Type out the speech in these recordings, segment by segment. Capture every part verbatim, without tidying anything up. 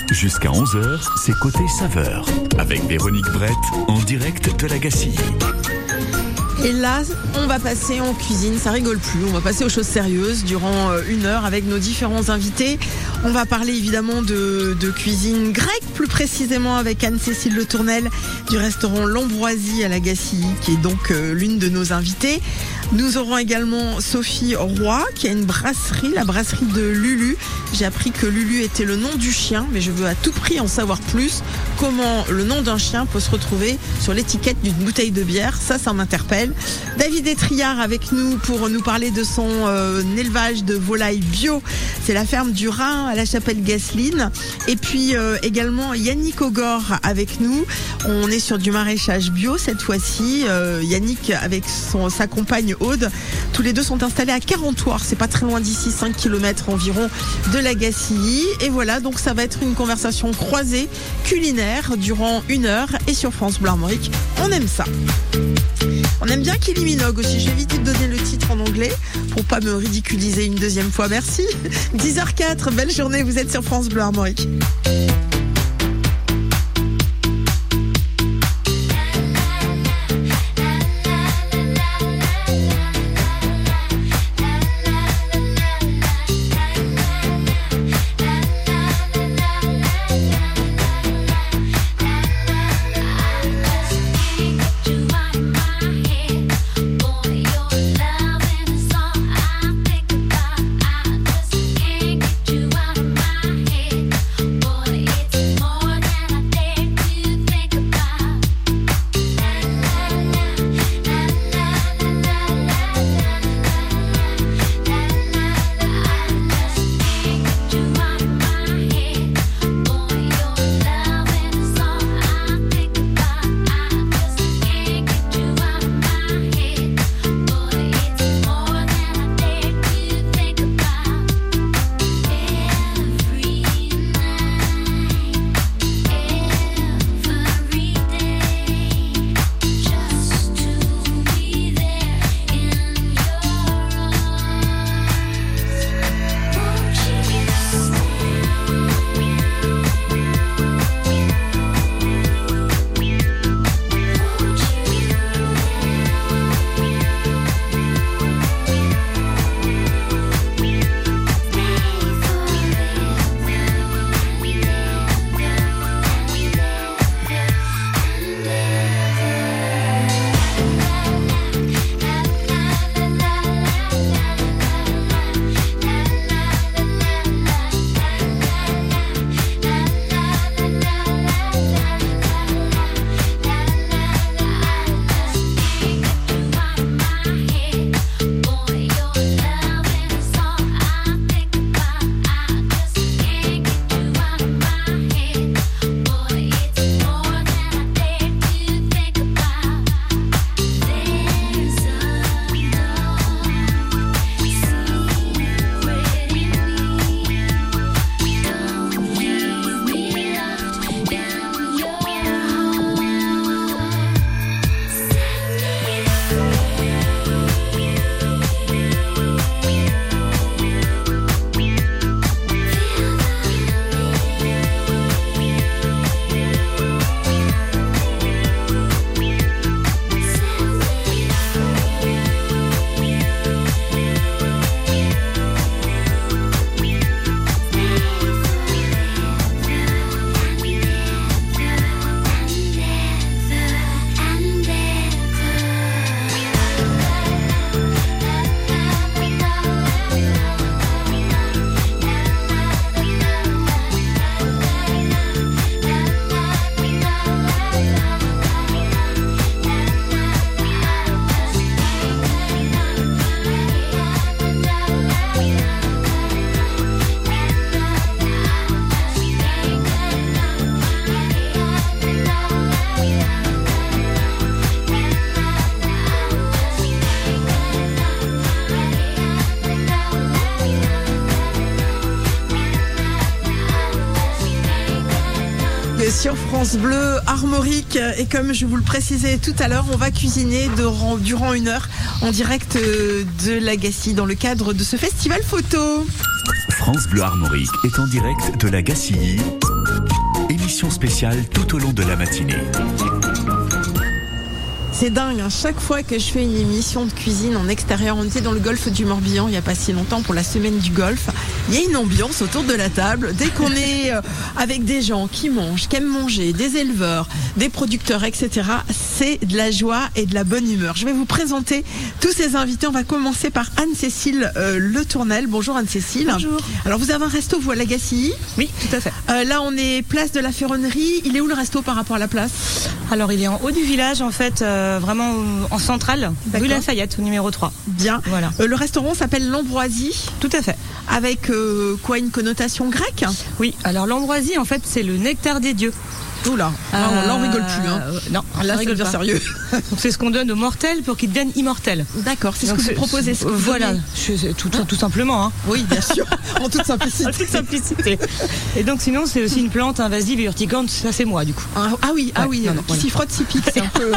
Jusqu'à onze heures, c'est Côté Saveur, avec Véronique Brett, en direct de la Gacilly. Et là, on va passer en cuisine, ça rigole plus, on va passer aux choses sérieuses durant une heure avec nos différents invités. On va parler évidemment de, de cuisine grecque, plus précisément avec Anne-Cécile Le Tournel du restaurant L'Ambroisie à la Gacilly, qui est donc euh, l'une de nos invitées. Nous aurons également Sophie Roy, qui a une brasserie, la brasserie de Lulu. J'ai appris que Lulu était le nom du chien, mais je veux à tout prix en savoir plus. Comment le nom d'un chien peut se retrouver sur l'étiquette d'une bouteille de bière, ça, ça m'interpelle. David Etriard avec nous pour nous parler de son euh, élevage de volailles bio. C'est la ferme du Rhin à la Chapelle-Gasseline. Et puis euh, également Yannick Ogor avec nous. On est sur du maraîchage bio cette fois-ci. Euh, Yannick avec son, sa compagne Aude. Tous les deux sont installés à Carentoire. C'est pas très loin d'ici, cinq kilomètres environ de la Gacilly. Et voilà, donc ça va être une conversation croisée culinaire durant une heure. Et sur France Bleu Armorique, on aime ça. On aime bien Kylie Minogue aussi. Je vais éviter de donner le titre en anglais pour pas me ridiculiser une deuxième fois. Merci. dix heures quatre, belle journée. Vous êtes sur France Bleu Armorique. sur France Bleu Armorique. Et comme je vous le précisais tout à l'heure, on va cuisiner de, durant une heure en direct de la Gacilly dans le cadre de ce festival photo. France Bleu Armorique est en direct de la Gacilly spéciales tout au long de la matinée. C'est dingue, hein. Chaque fois que je fais une émission de cuisine en extérieur, on était dans le golfe du Morbihan il n'y a pas si longtemps pour la semaine du golfe. Il y a une ambiance autour de la table. Dès qu'on est euh, avec des gens qui mangent, qui aiment manger, des éleveurs, des producteurs, et cetera, c'est de la joie et de la bonne humeur. Je vais vous présenter tous ces invités. On va commencer par Anne-Cécile euh, Le Tournel. Bonjour Anne-Cécile. Bonjour. Alors vous avez un resto, vous, à la Gacilly ? Oui, tout à fait. Euh, là, on est place de la Ferronnerie. Il est où le resto par rapport à la place ? Alors, il est en haut du village, en fait, euh, vraiment en centrale, D'accord. rue Lafayette, au numéro trois. Bien. Voilà. Euh, le restaurant s'appelle l'Ambroisie. Tout à fait. Avec euh, quoi, une connotation grecque ? Oui, alors l'ambroisie, en fait, c'est le nectar des dieux. Oula, Euh, là on rigole plus. Hein. euh, non, Là, on rigole c'est pas. sérieux. Donc, c'est ce qu'on donne aux mortels pour qu'ils deviennent immortels. D'accord, c'est ce Donc, que vous proposez. Ce que vous Voilà, donnez. je- c'est tout, tout simplement. Hein. Oui, bien sûr, en toute simplicité. En toute simplicité. Et donc, sinon, c'est aussi une plante invasive et urticante. Ça, c'est moi, du coup. Ah, ah oui, ah Ouais, oui, non, euh, non, qui voilà. s'y frotte s'y pique, c'est un peu,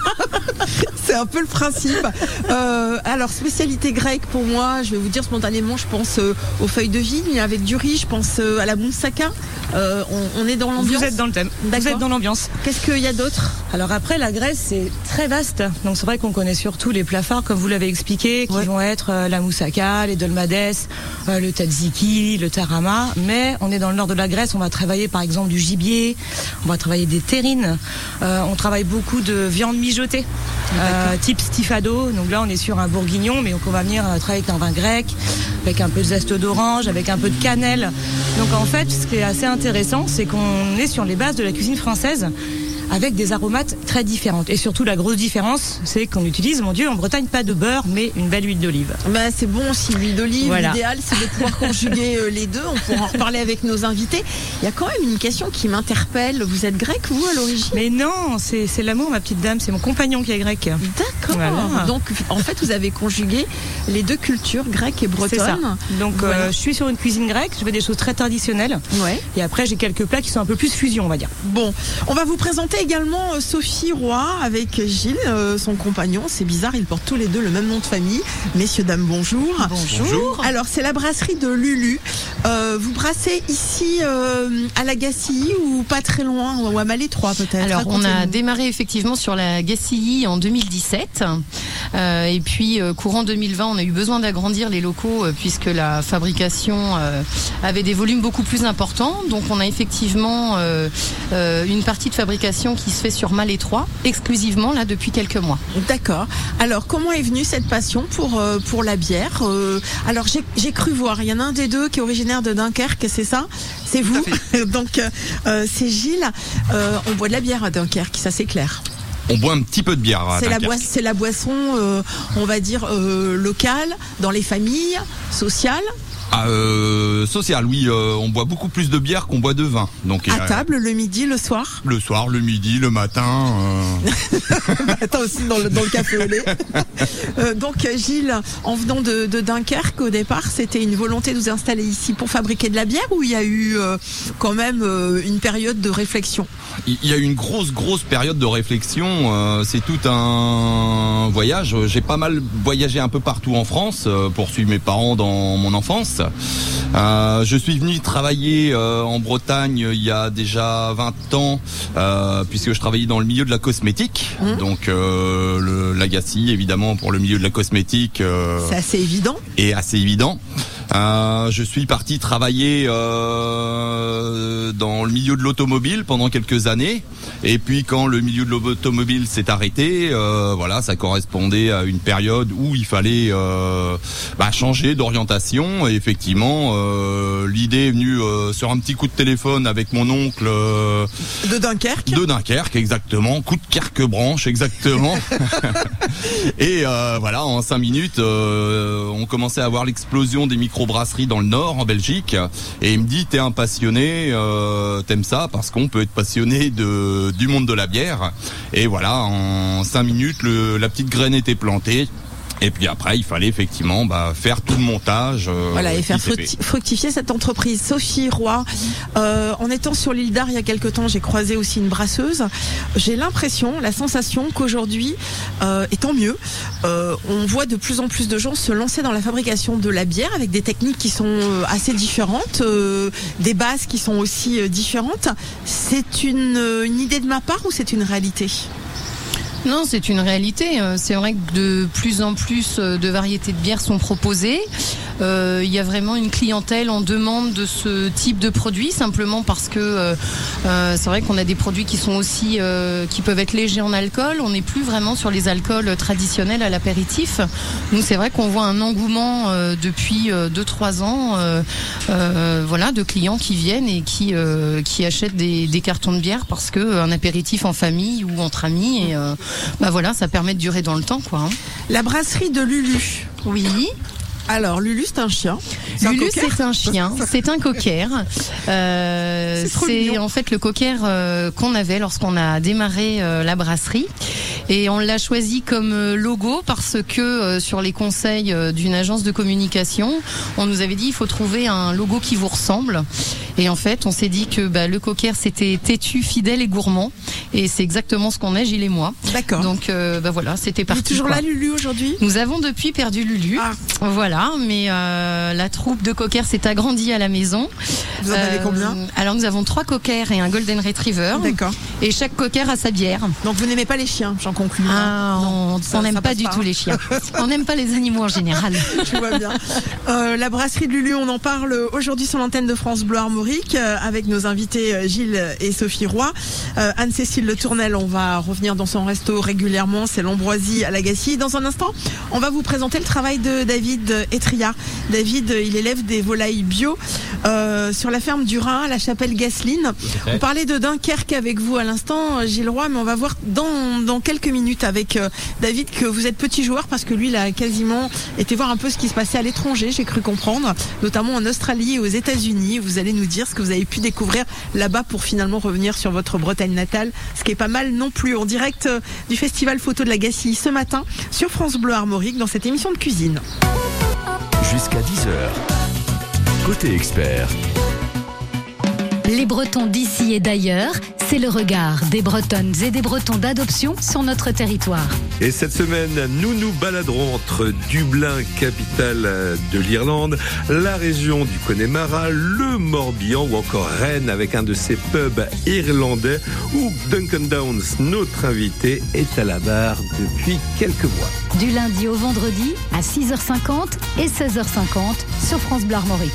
c'est un peu le principe. Euh, alors spécialité grecque pour moi, je vais vous dire spontanément, je pense euh, aux feuilles de vigne avec du riz, je pense euh, à la moussaka. Euh, on, on est dans l'ambiance. Vous êtes dans le thème. D'accord. Vous êtes dans l'ambiance. Qu'est-ce qu'il y a d'autre ? Alors après, la Grèce, c'est très vaste. Donc c'est vrai qu'on connaît surtout les plats phares, comme vous l'avez expliqué, qui Ouais. vont être euh, la moussaka, les dolmades, euh, le tzatziki, le tarama. Mais on est dans le nord de la Grèce, on va travailler par exemple du gibier, on va travailler des terrines, euh, on travaille beaucoup de viande mijotée, euh, type stifado. Donc là, on est sur un bourguignon, mais donc on va venir euh, travailler avec un vin grec, avec un peu de zeste d'orange, avec un peu de cannelle. Donc en fait, ce qui est assez intéressant, c'est qu'on est sur les bases de la cuisine française, avec des aromates très différentes. Et surtout, la grosse différence, c'est qu'on utilise, mon Dieu, en Bretagne, pas de beurre, mais une belle huile d'olive. Bah, c'est bon aussi, l'huile d'olive. Voilà. L'idéal, c'est de pouvoir conjuguer euh, les deux. On pourra en reparler avec nos invités. Il y a quand même une question qui m'interpelle. Vous êtes grec, vous, à l'origine ? Mais non, c'est c'est l'amour, ma petite dame, c'est mon compagnon qui est grec. D'accord. Voilà. Donc, en fait, vous avez conjugué les deux cultures, grecque et C'est ça. bretonne. Donc, Voilà. euh, je suis sur une cuisine grecque, je fais des choses très traditionnelles. Ouais. Et après, j'ai quelques plats qui sont un peu plus fusion, on va dire. Bon, on va vous présenter également euh, Sophie Roy avec Gilles, euh, son compagnon. C'est bizarre, ils portent tous les deux le même nom de famille. Messieurs, dames, bonjour. Bonjour. Alors, c'est la brasserie de Lulu. Euh, vous brassez ici euh, à la Gacilly ou pas très loin, ou à Malétroit peut-être. Alors, on a Racontez-nous. démarré effectivement sur la Gacilly en deux mille dix-sept. Euh, et puis, euh, courant deux mille vingt, on a eu besoin d'agrandir les locaux euh, puisque la fabrication euh, avait des volumes beaucoup plus importants. Donc, on a effectivement euh, euh, une partie de fabrication qui se fait sur Malétroit, exclusivement là depuis quelques mois. D'accord. Alors, comment est venue cette passion pour euh, pour la bière euh, Alors, j'ai j'ai cru voir, il y en a un des deux qui est originaire de Dunkerque, c'est ça ? C'est vous. Donc, euh, c'est Gilles. Euh, on boit de la bière à Dunkerque, ça c'est clair. On boit un petit peu de bière. à C'est la, Dunkerque. boi- c'est la boisson, euh, on va dire, euh, locale, dans les familles, sociale, Ah, euh, social, oui, euh, on boit beaucoup plus de bière qu'on boit de vin. Donc à euh, table, le midi, le soir. le soir, le midi, le matin. euh, Attends, aussi dans le, dans le café au lait. Euh, donc, euh, Gilles, en venant de, de Dunkerque, au départ, c'était une volonté de vous installer ici pour fabriquer de la bière ou il y a eu euh, quand même euh, une période de réflexion ? Il y a eu une grosse, grosse période de réflexion. euh, c'est tout un voyage. J'ai pas mal voyagé un peu partout en France euh, pour suivre mes parents dans mon enfance. Euh, je suis venu travailler euh, en Bretagne il y a déjà vingt ans, euh, puisque je travaillais dans le milieu de la cosmétique. Mmh. Donc euh, le l'Agacie, évidemment, pour le milieu de la cosmétique. euh, C'est assez évident. est assez évident. Euh, je suis parti travailler euh, dans le milieu de l'automobile pendant quelques années, et puis quand le milieu de l'automobile s'est arrêté, euh, voilà, ça correspondait à une période où il fallait euh, bah, changer d'orientation. Et effectivement, euh, l'idée est venue euh, sur un petit coup de téléphone avec mon oncle euh, De Dunkerque. de Dunkerque, exactement, coup de Kerque-Branche, exactement. Et euh, voilà, en cinq minutes, euh, on commençait à avoir l'explosion des microbrasseries dans le Nord, en Belgique. Et il me dit, t'es un passionné, euh, t'aimes ça parce qu'on peut être passionné de du monde de la bière. Et voilà, en cinq minutes, le, la petite graine était plantée. Et puis après, il fallait effectivement bah, faire tout le montage. Euh, voilà, et faire I C P. fructi- fructifier cette entreprise. Sophie Roy, euh, en étant sur l'île d'Ar il y a quelque temps, j'ai croisé aussi une brasseuse. J'ai l'impression, la sensation qu'aujourd'hui, euh, et tant mieux, euh, on voit de plus en plus de gens se lancer dans la fabrication de la bière avec des techniques qui sont euh, assez différentes, euh, des bases qui sont aussi euh, différentes. C'est une, une idée de ma part ou c'est une réalité ? Non, c'est une réalité. C'est vrai que de plus en plus de variétés de bières sont proposées. Euh, il y a vraiment une clientèle en demande de ce type de produit, simplement parce que euh, euh, c'est vrai qu'on a des produits qui sont aussi euh, qui peuvent être légers en alcool. On n'est plus vraiment sur les alcools traditionnels à l'apéritif. Donc c'est vrai qu'on voit un engouement euh, depuis deux trois ans, euh, euh, voilà, de clients qui viennent et qui euh, qui achètent des, des cartons de bière parce que un apéritif en famille ou entre amis, et euh, bah voilà, ça permet de durer dans le temps, quoi. Hein. La brasserie de Lulu. Oui. Alors, Lulu, c'est un chien. C'est Lulu, un c'est un chien. C'est un cocker. Euh, c'est trop c'est mignon. en fait le cocker euh, qu'on avait lorsqu'on a démarré euh, la brasserie. Et on l'a choisi comme euh, logo parce que euh, sur les conseils euh, d'une agence de communication, on nous avait dit il faut trouver un logo qui vous ressemble. Et en fait, on s'est dit que bah, le cocker, c'était têtu, fidèle et gourmand. Et c'est exactement ce qu'on est, Gilles et moi. D'accord. Donc euh, bah voilà, c'était Il parti. est toujours quoi. là, Lulu, aujourd'hui ? Nous avons depuis perdu Lulu. Ah. Voilà, mais euh, la troupe de cockers s'est agrandie à la maison. Vous en avez Euh, combien ? Alors nous avons trois cockers et un golden retriever. D'accord. Et chaque cocker a sa bière. Donc, vous n'aimez pas les chiens, j'en conclus. Ah, Non, on ça- on n'aime ça pas passe du pas, tout hein. les chiens. On n'aime pas les animaux en général. Je vois bien. Euh, la brasserie de Lulu, on en parle aujourd'hui sur l'antenne de France Bleu Armorique euh, avec nos invités euh, Gilles et Sophie Roy. Euh, Anne-Cécile Le Tournel, on va revenir dans son resto régulièrement, c'est l'Ambroisie à l'Agacie. Dans un instant, on va vous présenter le travail de David Etria. David, il élève des volailles bio euh, sur la ferme du Rhin à la chapelle Gasseline. On parlait de Dunkerque avec vous à l'instant, Gilles Roy, mais on va voir dans, dans quelques minutes avec euh, David que vous êtes petit joueur parce que lui, il a quasiment été voir un peu ce qui se passait à l'étranger, j'ai cru comprendre, notamment en Australie et aux États-Unis. Vous allez nous dire ce que vous avez pu découvrir là-bas pour finalement revenir sur votre Bretagne natale, ce qui est pas mal non plus. En direct euh, du Festival Photo de la Gacilly ce matin sur France Bleu Armorique dans cette émission de cuisine. Jusqu'à dix heures. Côté expert. Les Bretons d'ici et d'ailleurs, c'est le regard des Bretonnes et des Bretons d'adoption sur notre territoire. Et cette semaine, nous nous baladerons entre Dublin, capitale de l'Irlande, la région du Connemara, le Morbihan ou encore Rennes avec un de ces pubs irlandais où Duncan Downs, notre invité, est à la barre depuis quelques mois. Du lundi au vendredi à six heures cinquante et seize heures cinquante sur France Bleu Armorique.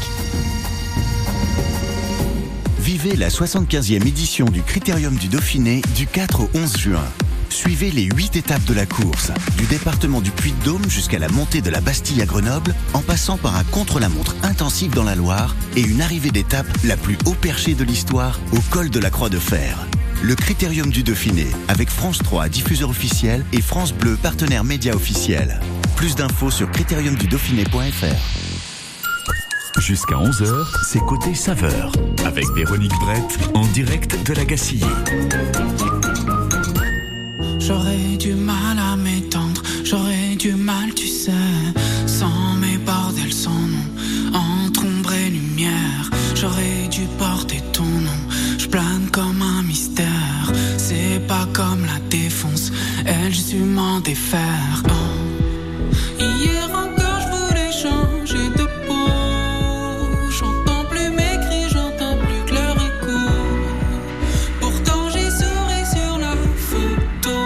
Vivez la soixante-quinzième édition du Critérium du Dauphiné du quatre au onze juin. Suivez les huit étapes de la course, du département du Puy-de-Dôme jusqu'à la montée de la Bastille à Grenoble, en passant par un contre-la-montre intensif dans la Loire et une arrivée d'étape la plus haut perchée de l'histoire au col de la Croix de Fer. Le Critérium du Dauphiné, avec France trois, diffuseur officiel, et France Bleu, partenaire média officiel. Plus d'infos sur critérium du dauphiné point f r. Jusqu'à onze heures, c'est Côté Saveur. Avec Véronique Brett, en direct de la Gacilly. J'aurais du mal à m'étendre, j'aurais du mal, tu sais, sans mes bordels, sans nom, entre ombre et lumière. J'aurais dû porter ton nom, je plane comme un mystère. C'est pas comme la défonce, elle, j'ai su m'en défaire. Oh. Hier encore, je voulais changer de peau. J'entends plus mes cris, j'entends plus que leur écho. Pourtant, j'ai souri sur la photo.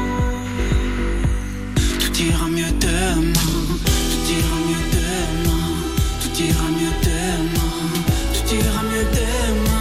Tout ira mieux demain, tout ira mieux demain, tout ira mieux demain, tout ira mieux demain.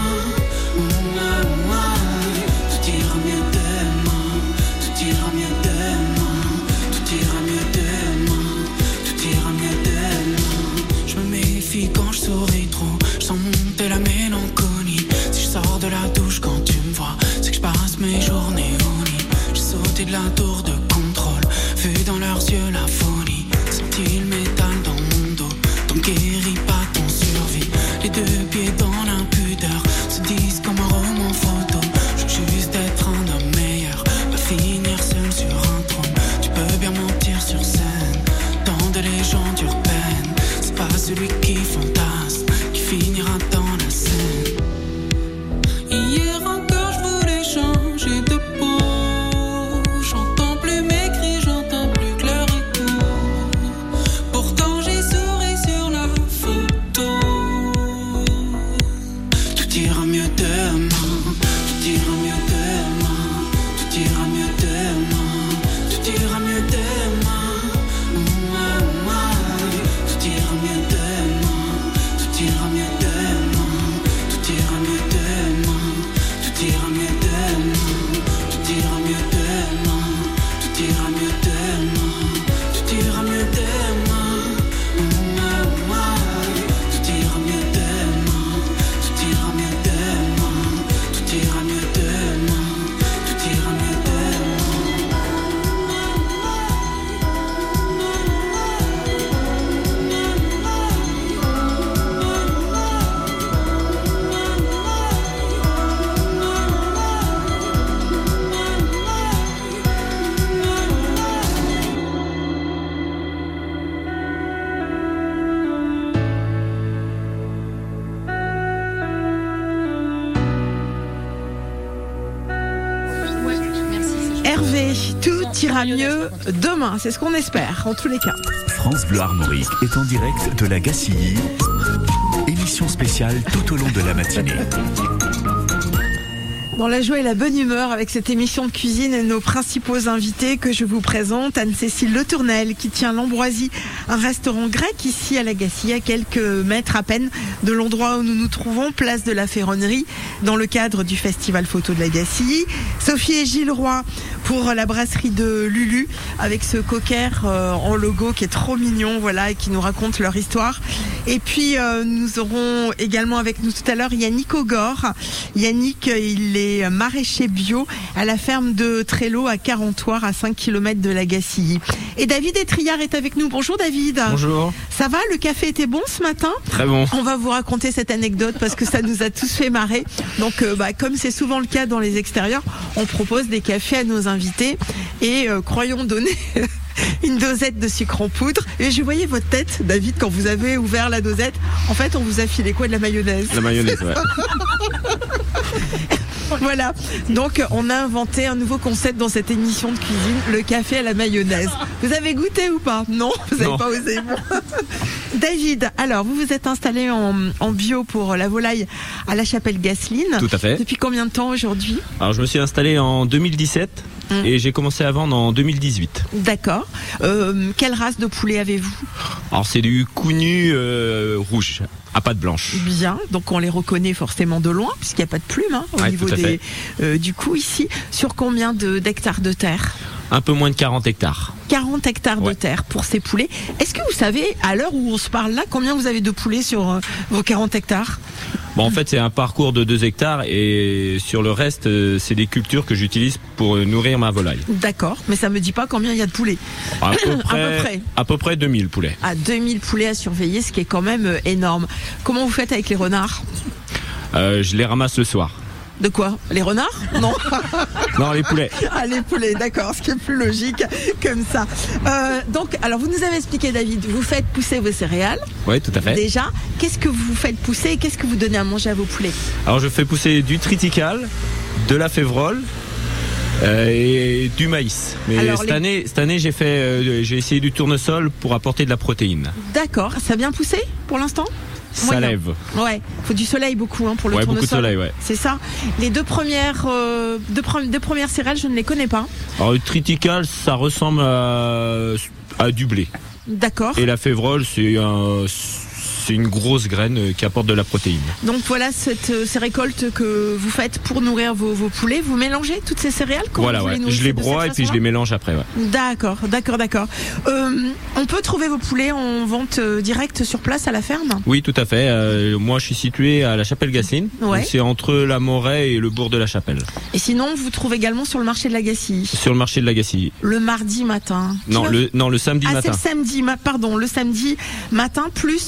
Tout ira mieux demain, tout ira mieux demain, tout ira mieux demain, tout ira mieux demain. Je me méfie quand je souris trop, je sens monter la mélancolie. Si je sors de la douche quand tu me vois, c'est que je passe mes journées au lit. J'ai sauté de la tour de contrôle, vu dans leurs yeux la folie. Senti le métal dans mon dos, donc guéris pas ton survie. Les deux pieds dans l'impudeur, se disent comme un roman photo. Je veux juste être un homme meilleur, pas finir seul sur un trône. Tu peux bien mentir sur scène, Hier encore je voulais changer de peau. J'entends plus mes cris, j'entends plus que leur écho. Pourtant j'ai souri sur la photo. Tout ira mieux demain, tout ira mieux demain, tout ira mieux demain, tout ira mieux demain. Tout ira mieux demain, tout ira mieux demain, tout ira mieux demain, tout ira mieux demain, tout ira mieux demain, tout ira mieux demain, tout ira mieux demain, tout ira mieux demain, tout ira mieux demain, tout ira mieux demain, tout ira mieux Hervé, tout ira mieux demain, c'est ce qu'on espère, en tous les cas. France Bleu Armorique est en direct de la Gacilly. Émission spéciale tout au long de la matinée. Dans la joie et la bonne humeur avec cette émission de cuisine et nos principaux invités que je vous présente, Anne-Cécile Le Tournel qui tient l'Ambroisie, un restaurant grec ici à la Gacilly, à quelques mètres à peine de l'endroit où nous nous trouvons, place de la Ferronnerie, dans le cadre du festival photo de la Gacilly. Sophie et Gilles Roy pour la brasserie de Lulu avec ce cocker euh, en logo qui est trop mignon, voilà, et qui nous raconte leur histoire. Et puis euh, nous aurons également avec nous tout à l'heure Yannick Ogor. Yannick, il est maraîcher bio à la ferme de Trélo à Carentoire, à cinq kilomètres de la Gacilly. Et David Etriard est avec nous. Bonjour David. Bonjour. Ça va, le café était bon ce matin? Très bon. On va vous raconter cette anecdote parce que ça nous a tous fait marrer. Donc euh, bah, comme c'est souvent le cas dans les extérieurs, on propose des cafés à nos invités et euh, croyons donner une dosette de sucre en poudre. Et je voyais votre tête, David, quand vous avez ouvert la dosette. En fait, on vous a filé quoi? De la mayonnaise? La mayonnaise, ouais. Voilà, donc on a inventé un nouveau concept dans cette émission de cuisine, le café à la mayonnaise. Vous avez goûté ou pas? Non, vous n'avez pas osé. David, alors vous vous êtes installé en, en bio pour la volaille à la Chapelle Gasseline. Tout à fait. Depuis combien de temps aujourd'hui? Alors je me suis installé en deux mille dix-sept mmh. et j'ai commencé à vendre en deux mille dix-huit. D'accord. Euh, quelle race de poulet avez-vous? Alors c'est du Cougnu euh, rouge, à pâte blanche. Bien, donc on les reconnaît forcément de loin puisqu'il n'y a pas de plumes hein, au ouais, niveau des, euh, du coup ici. Sur combien de, d'hectares de terre? Un peu moins de quarante hectares. quarante hectares ouais. de terre pour ces poulets. Est-ce que vous savez, à l'heure où on se parle là, combien vous avez de poulets sur euh, vos quarante hectares? Bon, en fait, c'est un parcours de deux hectares et sur le reste, c'est des cultures que j'utilise pour nourrir ma volaille. D'accord, mais ça me dit pas combien il y a de poulets. À peu près, à peu près. À peu près deux mille poulets. À deux mille poulets à surveiller, ce qui est quand même énorme. Comment vous faites avec les renards? euh, Je les ramasse le soir. De quoi? Les renards? Non. Non, les poulets. Ah, les poulets, d'accord, ce qui est plus logique comme ça. Euh, donc, alors vous nous avez expliqué, David, vous faites pousser vos céréales. Oui, tout à fait. Déjà, qu'est-ce que vous faites pousser et qu'est-ce que vous donnez à manger à vos poulets? Alors, je fais pousser du triticale, de la févrole euh, et du maïs. Mais alors, cette, les... année, cette année, j'ai fait, euh, j'ai essayé du tournesol pour apporter de la protéine. D'accord, ça a bien poussé pour l'instant? Ça Moyen. lève. Ouais, faut du soleil beaucoup hein, pour le ouais, tournesol. beaucoup de soleil, ouais. C'est ça. Les deux premières, euh, deux, pre- deux premières céréales, je ne les connais pas. Alors le triticale, ça ressemble à, à du blé. D'accord. Et la févrole, c'est un, c'est une grosse graine qui apporte de la protéine. Donc voilà cette, ces récoltes que vous faites pour nourrir vos, vos poulets. Vous mélangez toutes ces céréales? Voilà, ouais. Je les broie et puis je les mélange après. Ouais. D'accord, d'accord, d'accord. Euh, on peut trouver vos poulets en vente euh, directe sur place à la ferme? Oui, tout à fait. Euh, moi, je suis situé à la Chapelle Gasseline. Ouais. C'est entre la Moret et le bourg de la Chapelle. Et sinon, vous trouvez également sur le marché de la Gacilly? Sur le marché de la Gacilly. Le mardi matin? Non, le, non, le samedi ah, matin. Ah, c'est le samedi, ma, pardon, le samedi matin, plus une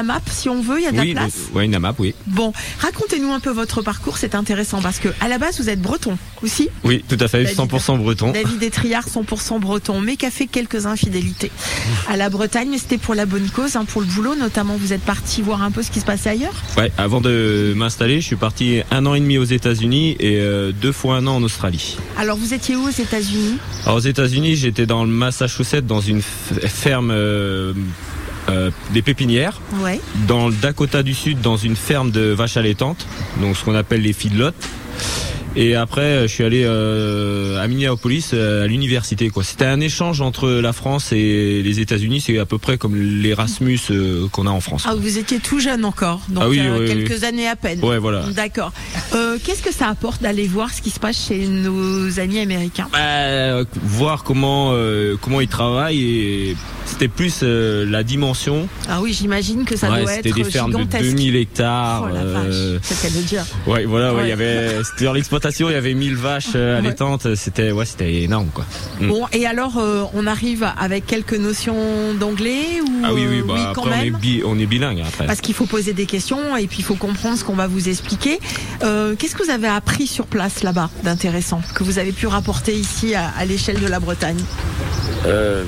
map si on veut, il y a de oui, la place. Oui, une map, oui. Bon, racontez-nous un peu votre parcours, c'est intéressant parce que à la base vous êtes breton aussi. Oui, tout à fait, David, cent pour cent breton. David Etriard, cent pour cent breton, mais qui a fait quelques infidélités à la Bretagne, mais c'était pour la bonne cause, hein, pour le boulot notamment. Vous êtes parti voir un peu ce qui se passait ailleurs. Ouais, avant de m'installer, je suis parti un an et demi aux États-Unis et euh, deux fois un an en Australie. Alors vous étiez où aux États-Unis? Alors, aux États-Unis, j'étais dans le Massachusetts, dans une f- ferme euh, euh, des pépinières. Ouais. Dans le Dakota du Sud, dans une ferme de vaches allaitantes, donc ce qu'on appelle les feedlots. Et après, je suis allé euh, à Minneapolis, euh, à l'université, quoi. C'était un échange entre la France et les États-Unis. C'est à peu près comme l'Erasmus euh, qu'on a en France. Ah, vous étiez tout jeune encore, donc ah oui, euh, oui, quelques oui. années à peine. Ouais, voilà. D'accord. Euh, qu'est-ce que ça apporte d'aller voir ce qui se passe chez nos amis américains? Bah, voir comment euh, comment ils travaillent, et c'était plus euh, la dimension. Ah oui, j'imagine que ça ouais, doit c'était être des fermes gigantesque. de deux mille hectares. Oh la vache, euh, c'est qu'à le dire. Ouais, voilà, ouais, il Ouais. y avait, c'était dans l'exploitation, il y avait mille vaches euh, allaitantes, c'était, ouais, c'était énorme, quoi. Mm. Bon, et alors, euh, on arrive avec quelques notions d'anglais ou Ah oui, oui, bah, oui, après, quand on est, même. bi, on est bilingue, après. Parce qu'il faut poser des questions et puis il faut comprendre ce qu'on va vous expliquer. Euh, qu'est-ce que vous avez appris sur place là-bas d'intéressant que vous avez pu rapporter ici à, à l'échelle de la Bretagne? Euh...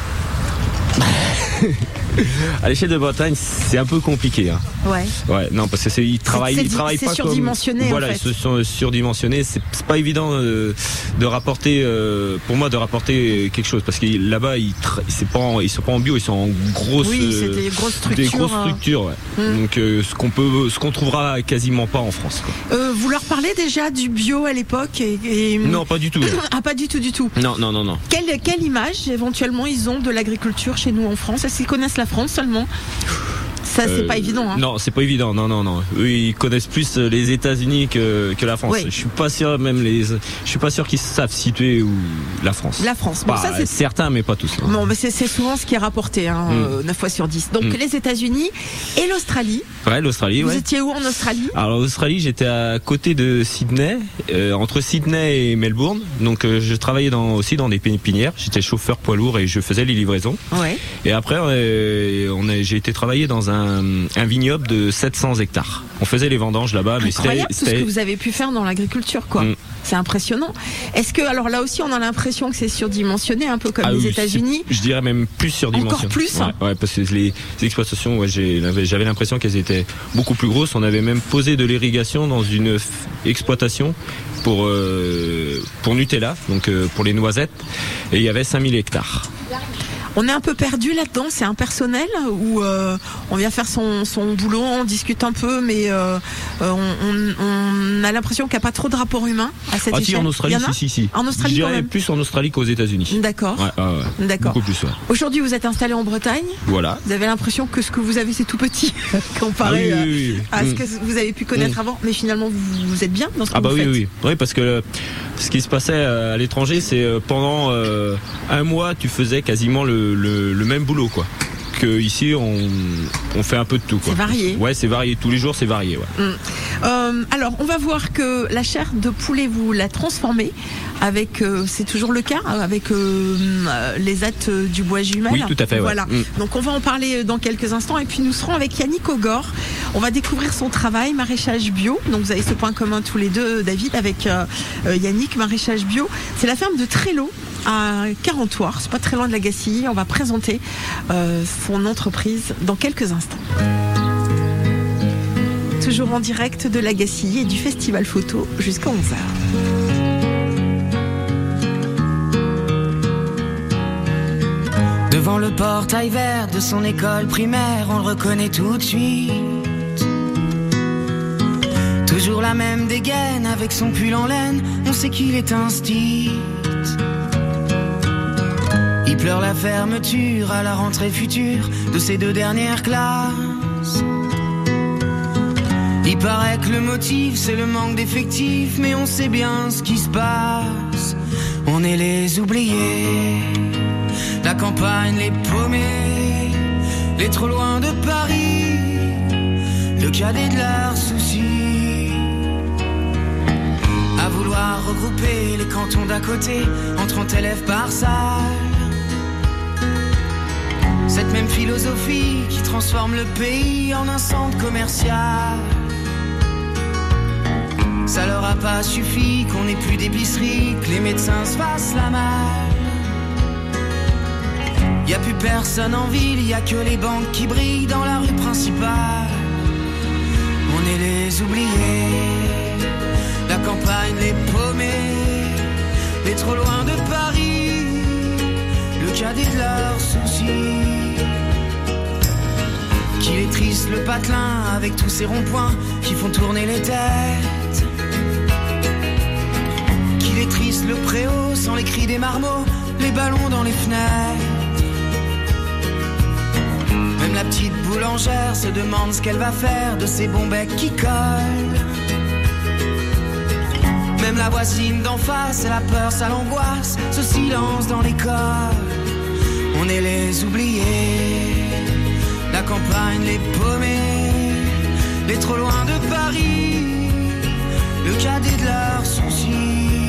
À l'échelle de Bretagne, c'est un peu compliqué. Hein. Ouais. Ouais, non, parce que c'est, ils travaillent, c'est, ils travaillent c'est pas surdimensionné, comme. Voilà, en fait. ils se sont surdimensionnés. C'est, c'est pas évident euh, de rapporter, euh, pour moi, de rapporter quelque chose, parce que là-bas, ils, tra- c'est pas, en, ils sont pas en bio, ils sont en grosses. Oui, c'est des grosses structures. Des grosses hein. structures, ouais. Mm. Donc, euh, ce qu'on peut, ce qu'on trouvera quasiment pas en France. Quoi. Euh, vous leur parlez déjà du bio à l'époque et, et... Non, pas du tout. Ah, pas du tout, du tout. Non, non, non, non. Quelle, quelle image éventuellement ils ont de l'agriculture chez nous en France? Est-ce qu'ils connaissent la France seulement? Ça, c'est Euh, pas évident. Hein. Non, c'est pas évident. Non, non, non. Eux, ils connaissent plus les États-Unis que, que la France. Oui. Je suis pas sûr, même les, je suis pas sûr qu'ils savent situer où la France. La France. Bon, Pas ça, c'est... certains, mais pas tous. Bon, mais c'est, c'est souvent ce qui est rapporté, hein, Mm. euh, neuf fois sur dix. Donc Mm. les États-Unis et l'Australie. Ouais, l'Australie. Vous Ouais. étiez où en Australie? Alors, en Australie, j'étais à côté de Sydney, euh, entre Sydney et Melbourne. Donc, euh, je travaillais dans, aussi dans des pépinières. J'étais chauffeur poids lourd et je faisais les livraisons. Ouais. Et après, euh, on a, j'ai été travailler dans un, un vignoble de sept cents hectares. On faisait les vendanges là-bas, mais Incroyable c'était, tout ce que vous avez pu faire dans l'agriculture, quoi. Mm. C'est impressionnant. Est-ce que, alors là aussi, on a l'impression que c'est surdimensionné, un peu comme Ah les oui, États-Unis? c'est- Je dirais même plus surdimensionné. Encore plus, ouais, hein. ouais, parce que les, les exploitations, ouais, j'ai, j'avais l'impression qu'elles étaient beaucoup plus grosses. On avait même posé de l'irrigation dans une f- exploitation pour euh, pour Nutella, donc euh, pour les noisettes, et il y avait cinq mille hectares. On est un peu perdu là-dedans, c'est impersonnel ou euh, on vient faire son, son boulot, on discute un peu, mais euh, on, on, on a l'impression qu'il n'y a pas trop de rapport humain à cette Ah échelle. si, en Australie, Il y en a si, si, si. En Australie, je quand dirais même. plus en Australie qu'aux États-Unis. D'accord. Ouais, ouais, ouais. D'accord. Beaucoup plus, ouais. Aujourd'hui, vous êtes installé en Bretagne. Voilà. Vous avez l'impression que ce que vous avez, c'est tout petit comparé Ah oui, oui, oui, oui. à ce Mm. que vous avez pu connaître Mm. avant. Mais finalement, vous, vous êtes bien dans ce que Ah bah vous oui, faites. oui, oui, parce que euh, ce qui se passait euh, à l'étranger, c'est euh, pendant euh, un mois, tu faisais quasiment le, le, le même boulot, quoi. Que ici, on, on fait un peu de tout, quoi. C'est varié. Ouais, c'est varié. Tous les jours, c'est varié, ouais. Mm. Euh, alors, on va voir que la chair de poulet, vous la transformez avec, euh, c'est toujours le cas, avec euh, euh, les attes euh, du bois jumelle. Oui, tout à fait, ouais. Voilà. Mm. Donc, on va en parler dans quelques instants. Et puis, nous serons avec Yannick Ogor. On va découvrir son travail, maraîchage bio. Donc, vous avez ce point commun tous les deux, David, avec euh, euh, Yannick, maraîchage bio. C'est la ferme de Trélo à Carentoire. C'est pas très loin de la Gacilly. On va présenter euh, son entreprise dans quelques instants. Toujours en direct de la Gacilly et du Festival Photo jusqu'à onze heures. Devant le portail vert de son école primaire, on le reconnaît tout de suite. Toujours la même dégaine avec son pull en laine, on sait qu'il est un stit. Il pleure la fermeture à la rentrée future de ses deux dernières classes. Il paraît que le motif c'est le manque d'effectifs, mais on sait bien ce qui se passe. On est les oubliés, la campagne, les paumés, les trop loin de Paris, le cadet de leurs soucis. À vouloir regrouper les cantons d'à côté en trente élèves par salle. Cette même philosophie qui transforme le pays en un centre commercial. Ça leur a pas suffi qu'on ait plus d'épicerie, que les médecins se fassent la malle. Y a plus personne en ville, y a que les banques qui brillent dans la rue principale. On est les oubliés, la campagne les paumés, les trop loin de Paris, le cadet de leurs soucis. Qu'il est triste le patelin avec tous ces ronds-points qui font tourner les têtes. Qu'il est triste le préau sans les cris des marmots, les ballons dans les fenêtres. Même la petite boulangère se demande ce qu'elle va faire de ces bons becs qui collent. Même la voisine d'en face, elle a peur, ça l'angoisse, ce silence dans l'école. On est les oubliés, la campagne les paumés, les trop loin de Paris, le cadet de leurs soucis.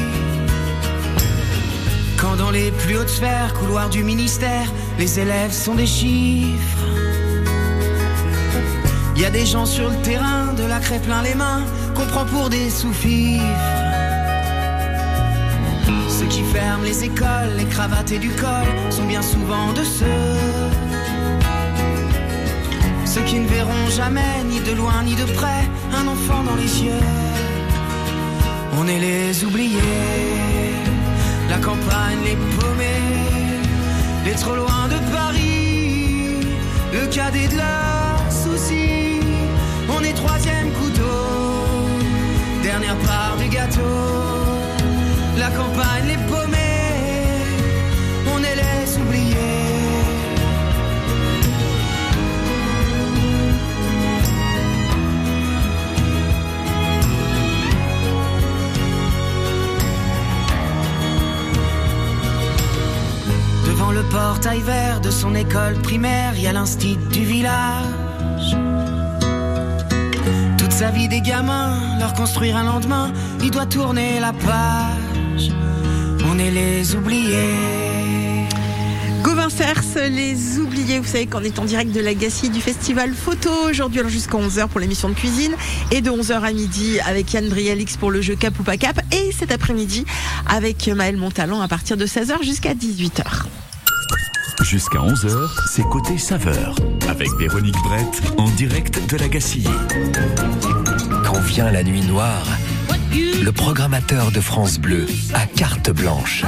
Quand dans les plus hautes sphères, couloirs du ministère, les élèves sont des chiffres. Y a des gens sur le terrain, de la craie plein les mains, qu'on prend pour des sous-fifres. Ceux qui ferment les écoles, les cravates et du col, sont bien souvent de ceux. Ceux qui ne verront jamais, ni de loin ni de près, un enfant dans les yeux. On est les oubliés, la campagne les paumés, les trop loin de Paris, le cadet de leurs soucis. On est troisième couteau, dernière part du gâteau, la campagne les paumés, on est les oubliés. Devant le portail vert de son école primaire, y a l'instit du village. Toute sa vie des gamins, leur construire un lendemain, il doit tourner la page. On est les oubliés. Gauvin Cers, les oubliés. Vous savez qu'on est en direct de la Gacilly du festival photo aujourd'hui, alors jusqu'à onze heures pour l'émission de cuisine, et de onze heures à midi avec Yann Brialix pour le jeu Cap ou pas Cap, et cet après-midi avec Maël Montalon à partir de seize heures jusqu'à dix-huit heures. Jusqu'à onze heures, c'est Côté Saveur, avec Véronique Brett, en direct de la Gacilly. Quand vient la nuit noire, le programmateur de France Bleu a carte blanche.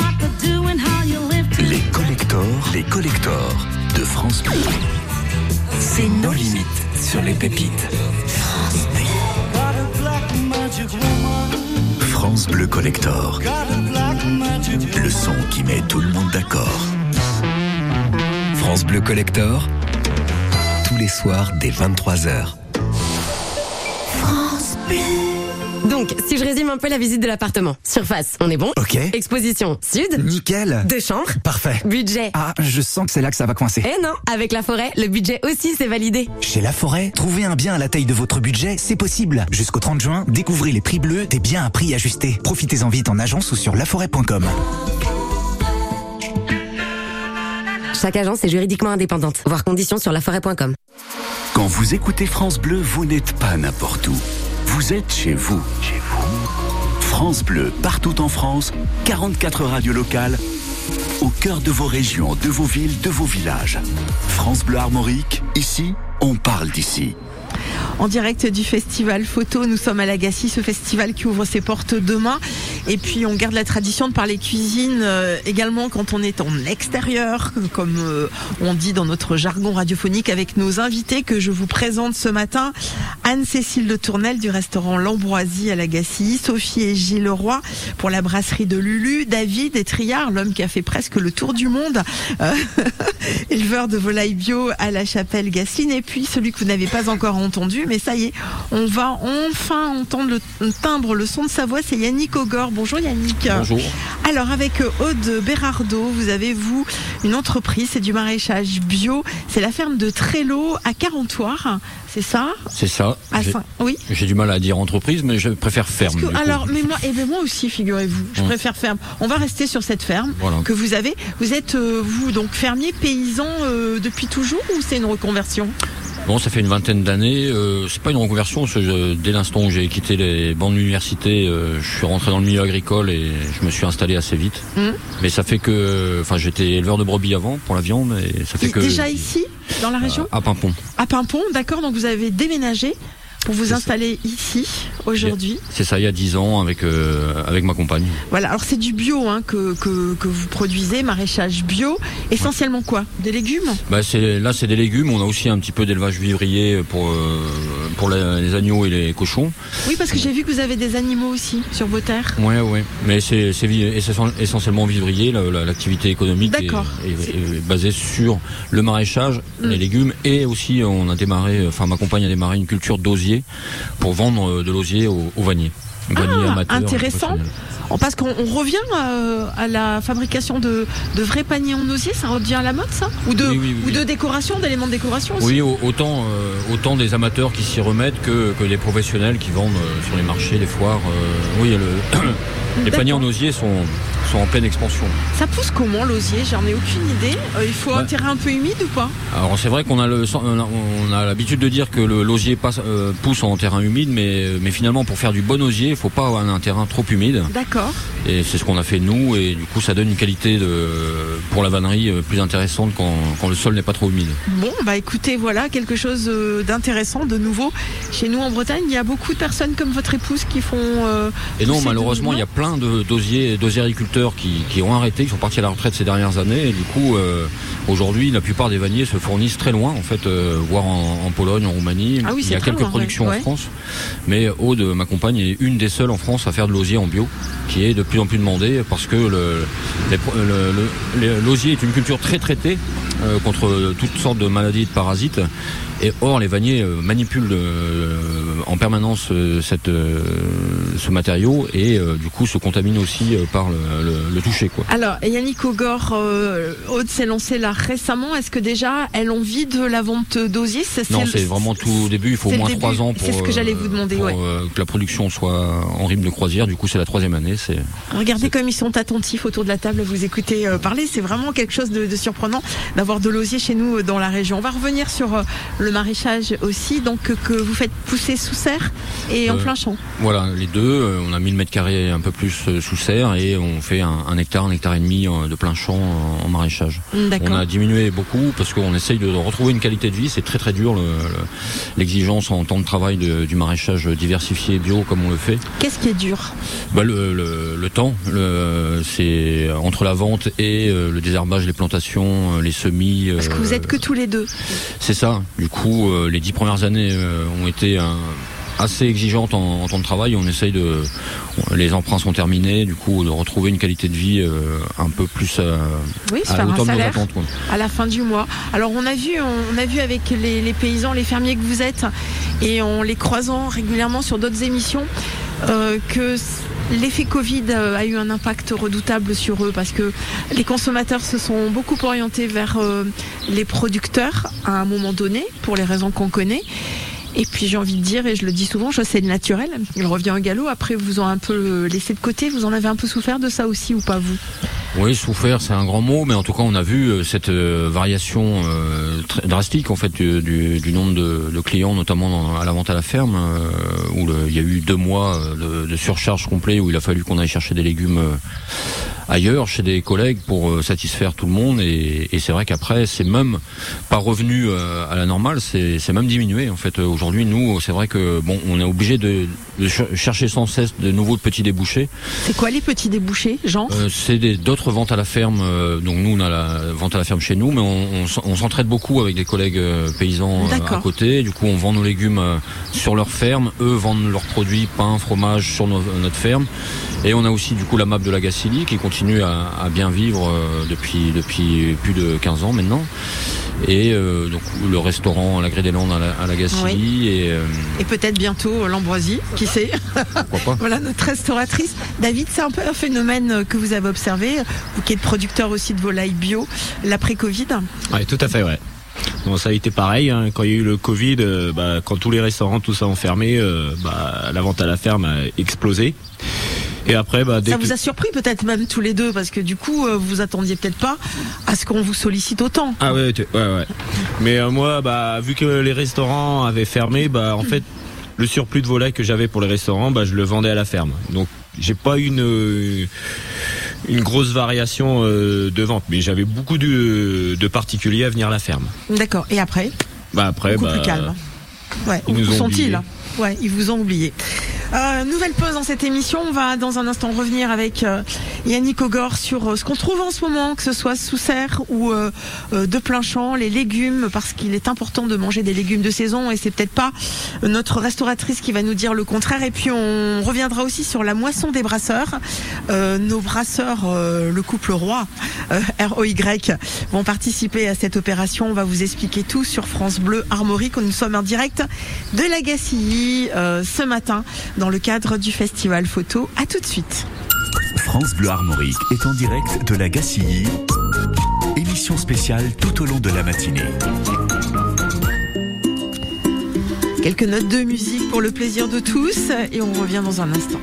Les collectors, les collectors de France Bleu. C'est nos limites sur les pépites. France Bleu Collector. Le son qui met tout le monde d'accord. France Bleu Collector, tous les soirs dès vingt-trois heures. France Bleu. Donc, si je résume un peu la visite de l'appartement. Surface, on est bon. Ok. Exposition, sud. Nickel. Deux chambres. Parfait. Budget. Ah, je sens que c'est là que ça va coincer. Eh non, avec La Forêt, le budget aussi c'est validé. Chez La Forêt, trouver un bien à la taille de votre budget, c'est possible. Jusqu'au trente juin, découvrez les prix bleus des biens à prix ajusté. Profitez-en vite en agence ou sur laforêt point com. Chaque agence est juridiquement indépendante. Voir conditions sur laforêt point com. Quand vous écoutez France Bleu, vous n'êtes pas n'importe où. Vous êtes chez vous. Chez vous. France Bleu, partout en France, quarante-quatre radios locales, au cœur de vos régions, de vos villes, de vos villages. France Bleu Armorique, ici, on parle d'ici. En direct du festival photo, nous sommes à la Gacilly, ce festival qui ouvre ses portes demain. Et puis on garde la tradition de parler cuisine euh, également quand on est en extérieur, comme euh, on dit dans notre jargon radiophonique, avec nos invités que je vous présente ce matin. Anne-Cécile de Tournelle du restaurant L'Ambroisie à la Gacilly, Sophie et Gilles Roy pour la brasserie de Lulu, David Etriard, l'homme qui a fait presque le tour du monde, euh, éleveur de volailles bio à la Chapelle Gacine, et puis celui que vous n'avez pas encore entendu, mais ça y est, on va enfin entendre le timbre, le son de sa voix, c'est Yannick Ogor. Bonjour Yannick. Bonjour. Alors avec Aude Bérardeau, vous avez vous une entreprise, c'est du maraîchage bio, c'est la ferme de Trélo à Carentoire, c'est ça? C'est ça. À J'ai, Saint- oui. j'ai du mal à dire entreprise, mais je préfère ferme. Que- du coup. alors, mais moi, et ben moi aussi, figurez-vous, je Hum. préfère ferme. On va rester sur cette ferme Voilà. que vous avez. Vous êtes euh, vous donc fermier paysan euh, depuis toujours ou c'est une reconversion? Bon, ça fait une vingtaine d'années. Euh, c'est pas une reconversion. Parce que je- dès l'instant où j'ai quitté les bancs de l'université, euh, je suis rentré dans le milieu agricole et je me suis installé assez vite. Hum. Mais ça fait que, enfin, j'étais éleveur de brebis avant pour la viande et ça fait Et que déjà ici, dans la région? à Pimpon. À Pimpon, d'accord. Donc vous avez déménagé pour vous installer ici aujourd'hui. C'est ça, il y a dix ans avec euh, avec ma compagne. Voilà. Alors c'est du bio hein, que, que que vous produisez, maraîchage bio. Essentiellement quoi? Des légumes? Bah c'est là c'est des légumes. On a aussi un petit peu d'élevage vivrier pour euh, pour la- les agneaux et les cochons. Oui, parce que j'ai vu que vous avez des animaux aussi sur vos terres. Ouais, ouais. Mais c'est c'est vi- essen- essentiellement vivrier. La- la- L'activité économique est, D'accord. est- est basée sur le maraîchage, Mm. les légumes et aussi on a démarré. Enfin, ma compagne a démarré une culture d'osier pour vendre euh, de l'osier aux, aux vanniers. Vanniers Ah, amateurs, intéressant. professionnels. Oh, parce qu'on on revient euh, à la fabrication de, de vrais paniers en osier, ça revient à la mode ça? Ou de, Oui, oui, oui, ou de décoration, d'éléments de décoration aussi? Oui, au- autant, euh, autant des amateurs qui s'y remettent que, que des professionnels qui vendent euh, sur les marchés, les foires. euh, oui, le, les D'accord. paniers en osier sont, sont en pleine expansion. Ça pousse comment l'osier? J'en ai aucune idée. Euh, il faut Bah. un terrain un peu humide ou pas? Alors c'est vrai qu'on a le, on a l'habitude de dire que le l'osier passe, euh, pousse en terrain humide, mais, mais finalement pour faire du bon osier, il faut pas avoir un terrain trop humide. D'accord. Et c'est ce qu'on a fait nous, et du coup ça donne une qualité de, pour la vannerie euh, plus intéressante quand, quand le sol n'est pas trop humide. Bon, bah écoutez, voilà quelque chose euh, d'intéressant, de nouveau. Chez nous en Bretagne, il y a beaucoup de personnes comme votre épouse qui font. euh, Et non, pousser de- malheureusement, il y a plein de d'osiers, d'osiericulteurs qui, qui ont arrêté, qui sont partis à la retraite ces dernières années. Et du coup, euh, aujourd'hui, la plupart des vanniers se fournissent très loin, en fait, euh, voire en, en Pologne, en Roumanie. Ah oui, il y c'est a très quelques loin, productions ouais. en Ouais. France. Mais Aude, ma compagne, est une des seules en France à faire de l'osier en bio, qui est de plus en plus demandée parce que le, les pro- le- le- les- l'osier est une culture très traitée euh, contre toutes sortes de maladies et de parasites. Et or, les vanniers euh, manipulent euh, en permanence euh, cette, euh, ce matériau et euh, du coup se contaminent aussi euh, par le, le- le toucher, quoi. Alors, Yannick Ogor, euh, Aude s'est lancée là récemment. Est-ce que déjà elle en vit de la vente d'osier? C'est- Non, c'est- c'est vraiment tout au début. Il faut au c'est le moins début. trois ans pour, C'est ce que j'allais euh, vous demander, pour, ouais. euh, que la production soit en rythme de croisière. Du coup, c'est la troisième année. C'est Regardez comme ils sont attentifs autour de la table à vous écouter euh, parler. C'est vraiment quelque chose de, de surprenant d'avoir de l'osier chez nous euh, dans la région. On va revenir sur euh, le maraîchage aussi, donc euh, que vous faites pousser sous serre et en Euh, plein champ. Voilà, les deux. euh, On a mille mètres carrés un peu plus euh, sous serre et on fait un, un hectare, un hectare et demi euh, de plein champ en, en maraîchage. D'accord. On a diminué beaucoup parce qu'on essaye de retrouver une qualité de vie. C'est très très dur le- le- l'exigence en temps de travail de- du maraîchage diversifié bio comme on le fait. Qu'est-ce qui est dur? Bah, le, le, le temps, le, c'est entre la vente et euh, le désherbage, les plantations, euh, les semis. Parce que vous êtes que tous les deux. C'est ça. Du coup, euh, les dix premières années euh, ont été un- assez exigeantes en, en temps de travail. On essaye de, les emprunts sont terminés, du coup, de retrouver une qualité de vie euh, un peu plus à, Oui, se à faire la un hauteur de nos salaire attentes, quoi. à la fin du mois. Alors on a vu, on a vu avec les, les paysans, les fermiers que vous êtes, et en les croisant régulièrement sur d'autres émissions, euh, que s- l'effet Covid euh, a eu un impact redoutable sur eux parce que les consommateurs se sont beaucoup orientés vers euh, les producteurs à un moment donné, pour les raisons qu'on connaît. Et puis j'ai envie de dire, et je le dis souvent, je c'est le naturel, il revient au galop. Après, vous en un peu laissé de côté, vous en avez un peu souffert de ça aussi ou pas vous? Oui, souffert, c'est un grand mot, mais en tout cas, on a vu euh, cette euh, variation euh, très drastique en fait du, du, du nombre de, de clients, notamment dans- à la vente à la ferme, euh, où le- il y a eu deux mois euh, de, de surcharge complet, où il a fallu qu'on aille chercher des légumes euh, ailleurs, chez des collègues, pour euh, satisfaire tout le monde. Et, et c'est vrai qu'après, c'est même pas revenu euh, à la normale, c'est c'est même diminué. En fait, Euh, aujourd'hui, nous, c'est vrai que bon, on est obligé de, de cher- chercher sans cesse de nouveaux petits débouchés. C'est quoi les petits débouchés, genre? Euh, c'est des- d'autres ventes à la ferme. euh, donc nous, on a la vente à la ferme chez nous, mais on, on, s'en- on s'entraide beaucoup avec des collègues euh, paysans euh, D'accord. à côté. Du coup, on vend nos légumes euh, sur leur ferme. Eux vendent leurs produits, pain, fromage sur nos- notre ferme. Et on a aussi du coup la M A P de la Gacilly qui continue à, à bien vivre euh, depuis depuis plus de quinze ans maintenant. Et euh, donc le restaurant La Grée des Landes à la, à la Gacilly. Oui. Et, euh, et peut-être bientôt l'Ambroisie, qui sait. Pourquoi pas. Voilà notre restauratrice. David, c'est un peu un phénomène que vous avez observé, vous qui êtes producteur aussi de volailles bio, l'après-Covid. Oui, tout à fait, ouais. Bon, ça a été pareil, hein. Quand il y a eu le Covid, euh, bah, quand tous les restaurants, tout ça ont fermé, euh, bah, la vente à la ferme a explosé. Et après, bah, dès ça que... vous a surpris peut-être même tous les deux, parce que du coup, euh, vous attendiez peut-être pas à ce qu'on vous sollicite autant. Ah ouais, ouais, ouais. Mais euh, moi, bah, vu que les restaurants avaient fermé, bah, en fait, le surplus de volailles que j'avais pour les restaurants, bah, je le vendais à la ferme. Donc, j'ai pas eu une, une grosse variation euh, de vente, mais j'avais beaucoup de, de particuliers à venir à la ferme. D'accord. Et après Bah après, beaucoup bah, plus calme. Ouais. Ils nous Où ont sont-ils? oubliés. Ouais, ils vous ont oublié. Euh, nouvelle pause dans cette émission. On va dans un instant revenir avec euh, Yannick Ogor sur euh, ce qu'on trouve en ce moment, que ce soit sous serre ou euh, euh, de plein champ, les légumes, parce qu'il est important de manger des légumes de saison et c'est peut-être pas notre restauratrice qui va nous dire le contraire. Et puis on reviendra aussi sur la moisson des brasseurs. Euh, nos brasseurs, euh, le couple roi, euh, R O Y, vont participer à cette opération. On va vous expliquer tout sur France Bleu Armorique. Nous sommes en direct de la Gacilly euh, ce matin dans le cadre du festival photo. À tout de suite. France Bleu Armorique est en direct de la Gacilly. Émission spéciale tout au long de la matinée. Quelques notes de musique pour le plaisir de tous et on revient dans un instant.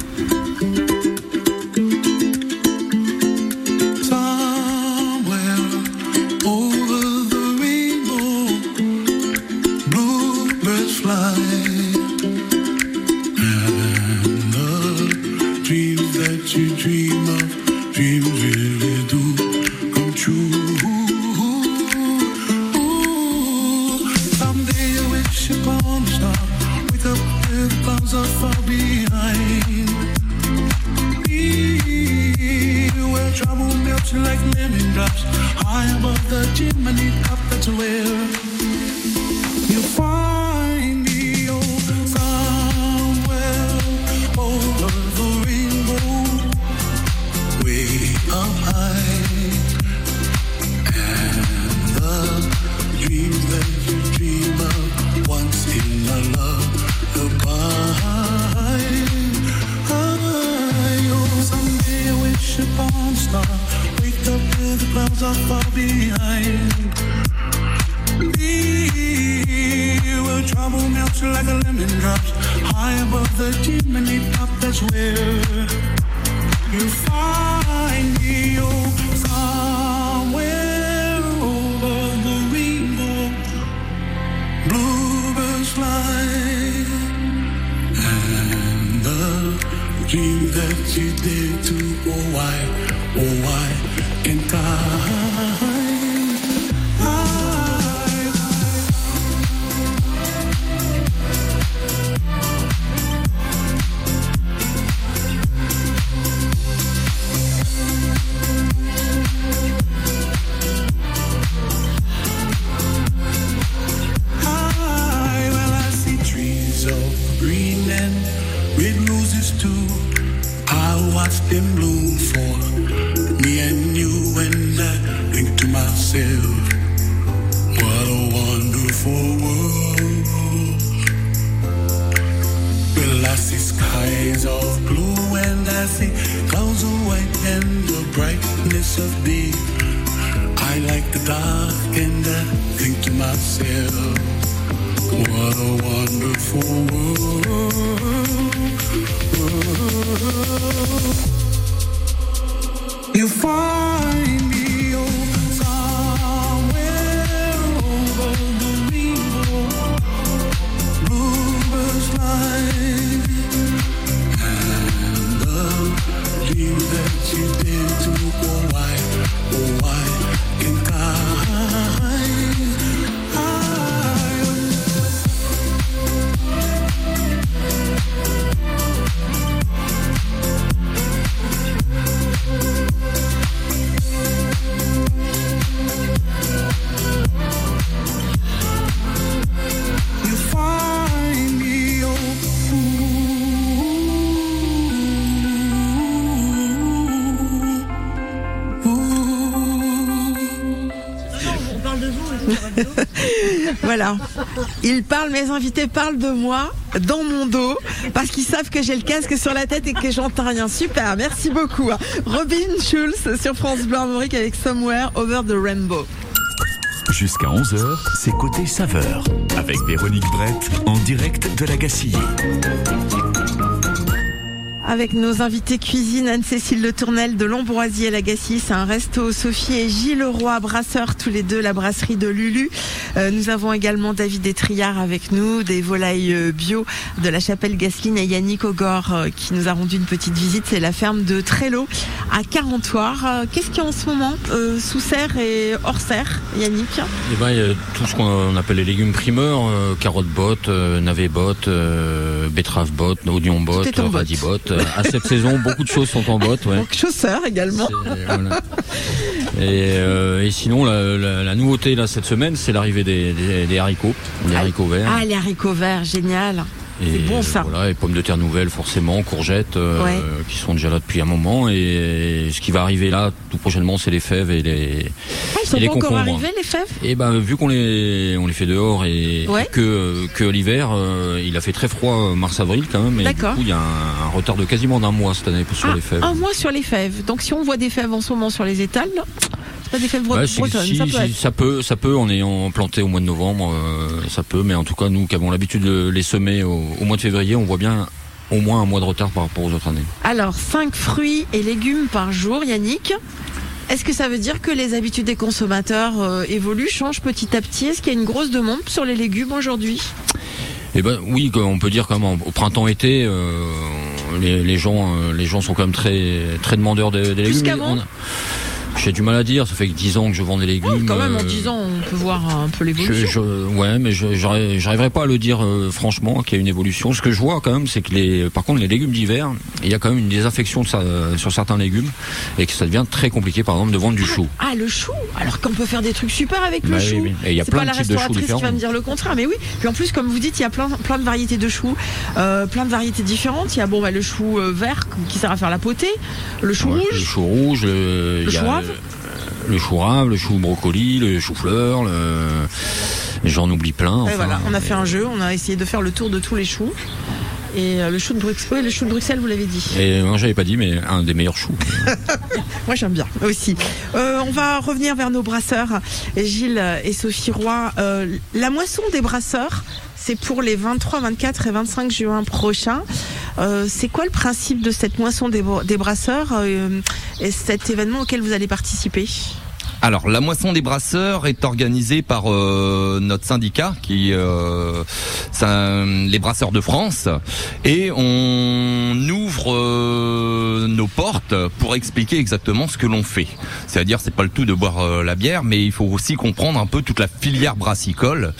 Voilà. Ils parlent, mes invités parlent de moi dans mon dos parce qu'ils savent que j'ai le casque sur la tête et que j'entends rien. Super, merci beaucoup. Robin Schulz sur France Bleu Armorique avec Somewhere Over the Rainbow. Jusqu'à onze heures, c'est Côté Saveur avec Véronique Brett en direct de la Gacilly. Avec nos invités cuisine, Anne-Cécile Le Tournel de l'Ambroisie à la Gacilly, c'est un resto Sophie et Gilles Roy, brasseurs tous les deux, la brasserie de Lulu. Euh, nous avons également David Etriard avec nous, des volailles bio de la Chapelle Gasseline, et Yannick Ogor euh, qui nous a rendu une petite visite, c'est la ferme de Trello à Carentoire. Euh, qu'est-ce qu'il y a en ce moment euh, sous serre et hors serre, Yannick? Eh ben, il y a tout ce qu'on appelle les légumes primeurs, euh, carottes bottes, euh, navets bottes, euh, betteraves bottes, oignons bottes, radis bottes. À cette saison, beaucoup de choses sont en botte. Ouais. Donc chausseurs également. Voilà. Et, euh, et sinon, la, la, la nouveauté là cette semaine, c'est l'arrivée des, des, des haricots, des haricots verts. Ah, les haricots verts, génial. C'est bon ça. Voilà, et pommes de terre nouvelles forcément, courgettes, euh, ouais. qui sont déjà là depuis un moment. Et ce qui va arriver là tout prochainement, c'est les fèves et les. Ah, ils sont et les pas encore concombres. arrivés les fèves? Et ben vu qu'on les on les fait dehors et ouais. que que l'hiver, euh, il a fait très froid mars avril quand même. Et d'accord. Du coup, il y a un, un retard de quasiment d'un mois cette année sur ah, les fèves. Un mois sur les fèves. Donc si on voit des fèves en ce moment sur les étals. Pas des fèves ouais, bretonnes, si, ça, si, peut être. ça peut, ça peut, en ayant planté au mois de novembre, euh, ça peut, mais en tout cas, nous qui avons l'habitude de les semer au, au mois de février, on voit bien au moins un mois de retard par rapport aux autres années. Alors, cinq fruits et légumes par jour, Yannick. Est-ce que ça veut dire que les habitudes des consommateurs euh, évoluent, changent petit à petit? Est-ce qu'il y a une grosse demande sur les légumes aujourd'hui? Eh ben oui, on peut dire quand même au printemps-été, euh, les, les gens, euh, les gens sont quand même très, très demandeurs des, des Plus légumes. qu'avant. J'ai du mal à dire, ça fait que dix ans que je vends des légumes. Oh, quand même, en euh, dix ans, on peut voir un peu l'évolution. Je, je, ouais, mais je, j'arriverai pas à le dire euh, franchement qu'il y a une évolution. Ce que je vois quand même, c'est que les, par contre, les légumes d'hiver, il y a quand même une désaffection de ça, euh, sur certains légumes et que ça devient très compliqué, par exemple, de vendre du chou. Ah, le chou. Alors qu'on peut faire des trucs super avec bah, le chou. Oui, oui. Et il y a c'est plein pas de la types de choux restauratrice différents. qui va me dire le contraire, mais oui. Puis en plus, comme vous dites, il y a plein, plein de variétés de choux, euh, plein de variétés différentes. Il y a bon, bah, le chou euh, vert qui sert à faire la potée, le chou ouais, rouge, le chou rouge, le, le chou rave. Le chou rave, le chou brocoli, le chou-fleur, le... j'en oublie plein. Enfin, et voilà, on a fait un jeu, on a essayé de faire le tour de tous les choux. Et euh, le chou de Bruxelles, oui, le chou de Bruxelles, vous l'avez dit. Et moi, j'avais pas dit, mais un des meilleurs choux. Moi, j'aime bien aussi. Euh, on va revenir vers nos brasseurs, Gilles et Sophie Roy. Euh, la moisson des brasseurs, c'est pour les vingt-trois, vingt-quatre et vingt-cinq juin prochains. Euh, c'est quoi le principe de cette moisson des, des brasseurs euh, et cet événement auquel vous allez participer? Alors, la moisson des brasseurs est organisée par euh, notre syndicat, qui euh, ça, les brasseurs de France, et on ouvre euh, nos portes pour expliquer exactement ce que l'on fait. C'est-à-dire, c'est pas le tout de boire euh, la bière, mais il faut aussi comprendre un peu toute la filière brassicole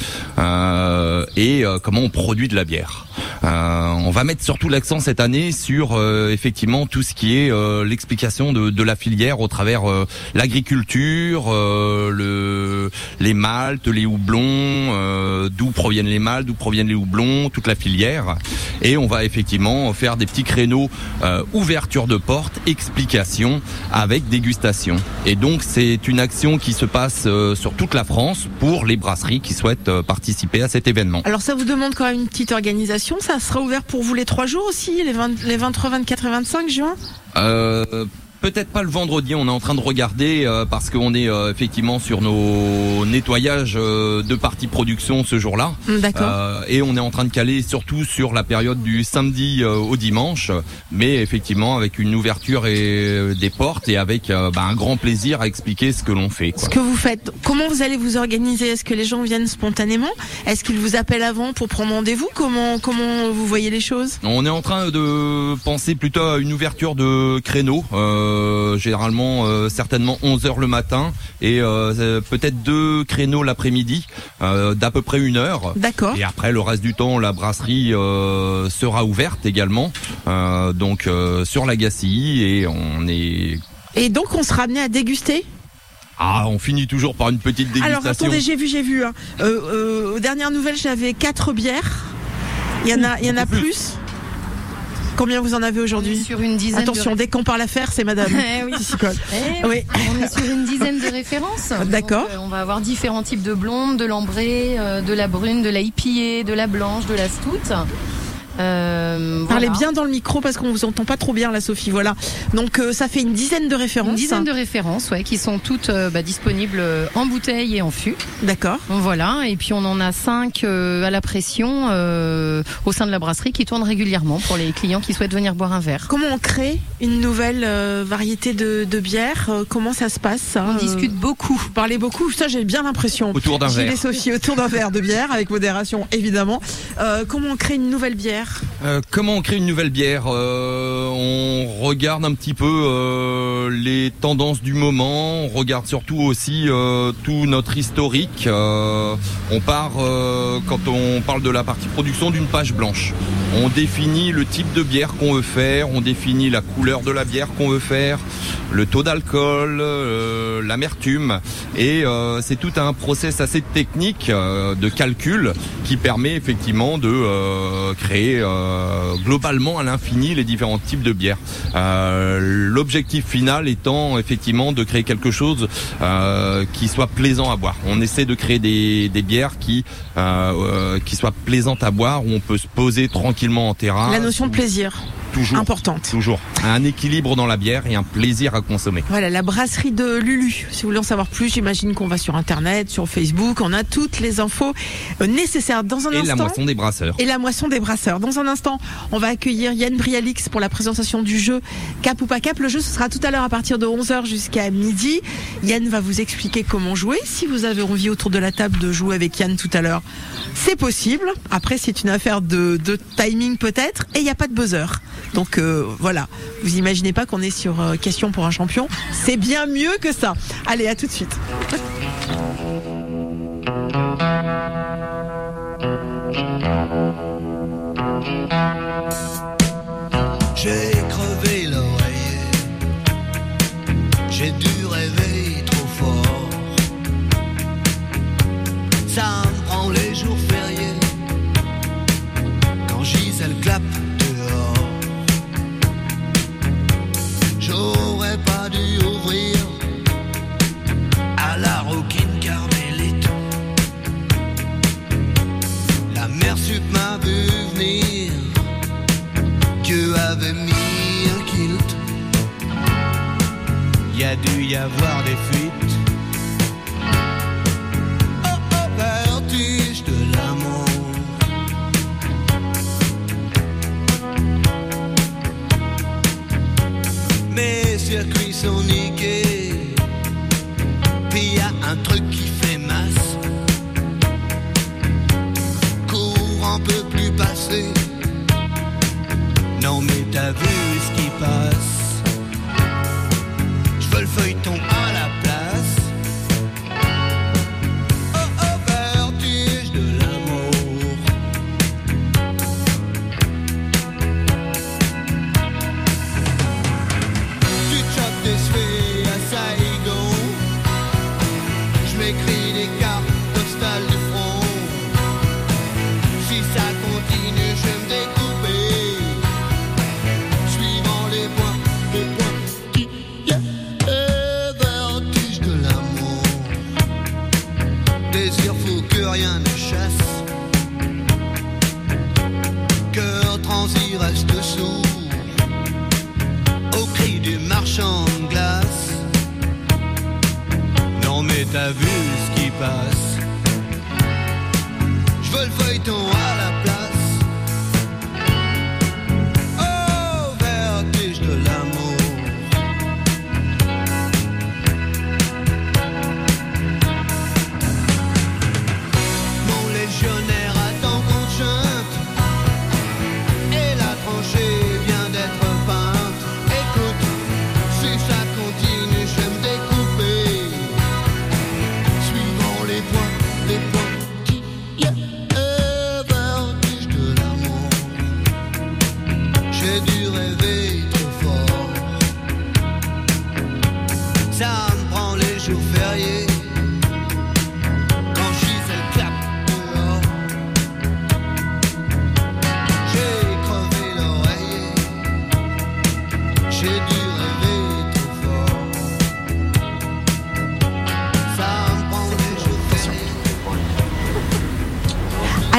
euh, et euh, comment on produit de la bière. Euh, on va mettre surtout l'accent cette année sur euh, effectivement tout ce qui est euh, l'explication de, de la filière au travers euh, l'agriculture, euh, le, les maltes, les houblons, euh, d'où proviennent les maltes, d'où proviennent les houblons, toute la filière. Et on va effectivement faire des petits créneaux euh, ouverture de porte, explication avec dégustation. Et donc c'est une action qui se passe euh, sur toute la France pour les brasseries qui souhaitent euh, participer à cet événement. Alors ça vous demande quand même une petite organisation. Ça sera ouvert pour vous les trois jours aussi, les, vingt, les vingt-trois, vingt-quatre et vingt-cinq juin? euh, Peut-être pas le vendredi, on est en train de regarder euh, parce qu'on est euh, effectivement sur nos nettoyages euh, de parties production ce jour-là. D'accord. Euh, et on est en train de caler surtout sur la période du samedi euh, au dimanche, mais effectivement avec une ouverture et euh, des portes et avec euh, bah, un grand plaisir à expliquer ce que l'on fait, quoi. Ce que vous faites, comment vous allez vous organiser? Est-ce que les gens viennent spontanément? Est-ce qu'ils vous appellent avant pour prendre rendez-vous? Comment comment vous voyez les choses? On est en train de penser plutôt à une ouverture de créneaux. Euh, Euh, généralement euh, certainement onze heures le matin et euh, peut-être deux créneaux l'après-midi euh, d'à peu près une heure. D'accord. Et après le reste du temps la brasserie euh, sera ouverte également euh, donc euh, sur la Gacilly et on est... Et donc on sera amené à déguster? Ah, on finit toujours par une petite dégustation. Alors attendez, j'ai vu, j'ai vu. Hein. Euh, euh, aux dernières nouvelles, j'avais quatre bières. Il y en a, il y en a plus. Combien vous en avez aujourd'hui? Sur une dizaine. Attention, de... dès qu'on parle affaires, c'est madame eh oui. qui s'y colle. Eh oui. On est sur une dizaine de références. D'accord. Donc, euh, on va avoir différents types de blondes, de l'ambrée, euh, de la brune, de la I P A, de la blanche, de la stout. Euh, Parlez voilà. bien dans le micro parce qu'on vous entend pas trop bien là, Sophie. Voilà. Donc euh, ça fait une dizaine de références. Une dizaine de références, ouais, qui sont toutes euh, bah, disponibles en bouteille et en fût. D'accord. Voilà. Et puis on en a cinq euh, à la pression euh, au sein de la brasserie qui tournent régulièrement pour les clients qui souhaitent venir boire un verre. Comment on crée une nouvelle euh, variété de, de bière? euh, Comment ça se passe ça On euh, discute beaucoup. Vous parlez beaucoup. Ça, j'ai bien l'impression. Autour d'un verre. Gilles et Sophie autour d'un verre de bière avec modération évidemment. Euh, comment on crée une nouvelle bière? Euh, comment on crée une nouvelle bière? euh, On regarde un petit peu euh, les tendances du moment. On regarde surtout aussi euh, tout notre historique. Euh, on part, euh, quand on parle de la partie production, d'une page blanche. On définit le type de bière qu'on veut faire. On définit la couleur de la bière qu'on veut faire, le taux d'alcool, euh, l'amertume. Et euh, c'est tout un process assez technique euh, de calcul qui permet effectivement de euh, créer euh, globalement à l'infini les différents types de bières. Euh, l'objectif final étant effectivement de créer quelque chose euh, qui soit plaisant à boire. On essaie de créer des, des bières qui, euh, euh, qui soient plaisantes à boire, où on peut se poser tranquillement en terrasse. La notion de plaisir. Toujours. Importante. Toujours. Un équilibre dans la bière et un plaisir à consommer. Voilà, la brasserie de Lulu. Si vous voulez en savoir plus, j'imagine qu'on va sur Internet, sur Facebook. On a toutes les infos nécessaires. Dans un et instant. la moisson des brasseurs. Et la moisson des brasseurs. Dans un instant, on va accueillir Yann Brialix pour la présentation du jeu Cap ou pas Cap. Le jeu, ce sera tout à l'heure à partir de onze heures jusqu'à midi. Yann va vous expliquer comment jouer. Si vous avez envie autour de la table de jouer avec Yann tout à l'heure, c'est possible. Après, c'est une affaire de, de timing peut-être. Et il n'y a pas de buzzer. Donc euh, voilà, vous imaginez pas qu'on est sur euh, question pour un champion. C'est bien mieux que ça. Allez, à tout de suite. J'ai crevé l'oreiller, j'ai dû rêver trop fort. Ça me prend les jours fériés, quand Gisèle clappe dehors. J'aurais pas dû ouvrir à la rouquine carmélite. La mère sup m'a vu venir, Dieu avait mis un kilt. Y a dû y avoir des fuites. Oh oh, vertige de l'amour. Mes circuits sont niqués, puis y a un truc qui fait masse. Courant peut plus passer. Non mais t'as vu ce qui passe. Je veux le feuilleton à la place. Oh oh, vertige de l'amour. Tu te chopes des cheveux à Saigon. Je m'écris des cartes postales du front. Si ça continue, je vais me découper. Suivant les points, les points qui yeah, euh, vertige de l'amour. Désir fou que rien ne chasse. Cœur transi reste sourd au cri du marchand de glace. Non mais t'as vu ce qui passe. Je veux le feuilleton à la place. Oh, vertige de l'amour. Mon légionnaire attend qu'on chante, et la tranchée vient d'être peinte. Écoute, si ça continue, je vais me découper. Suivant les points, les points qui yeah, euh,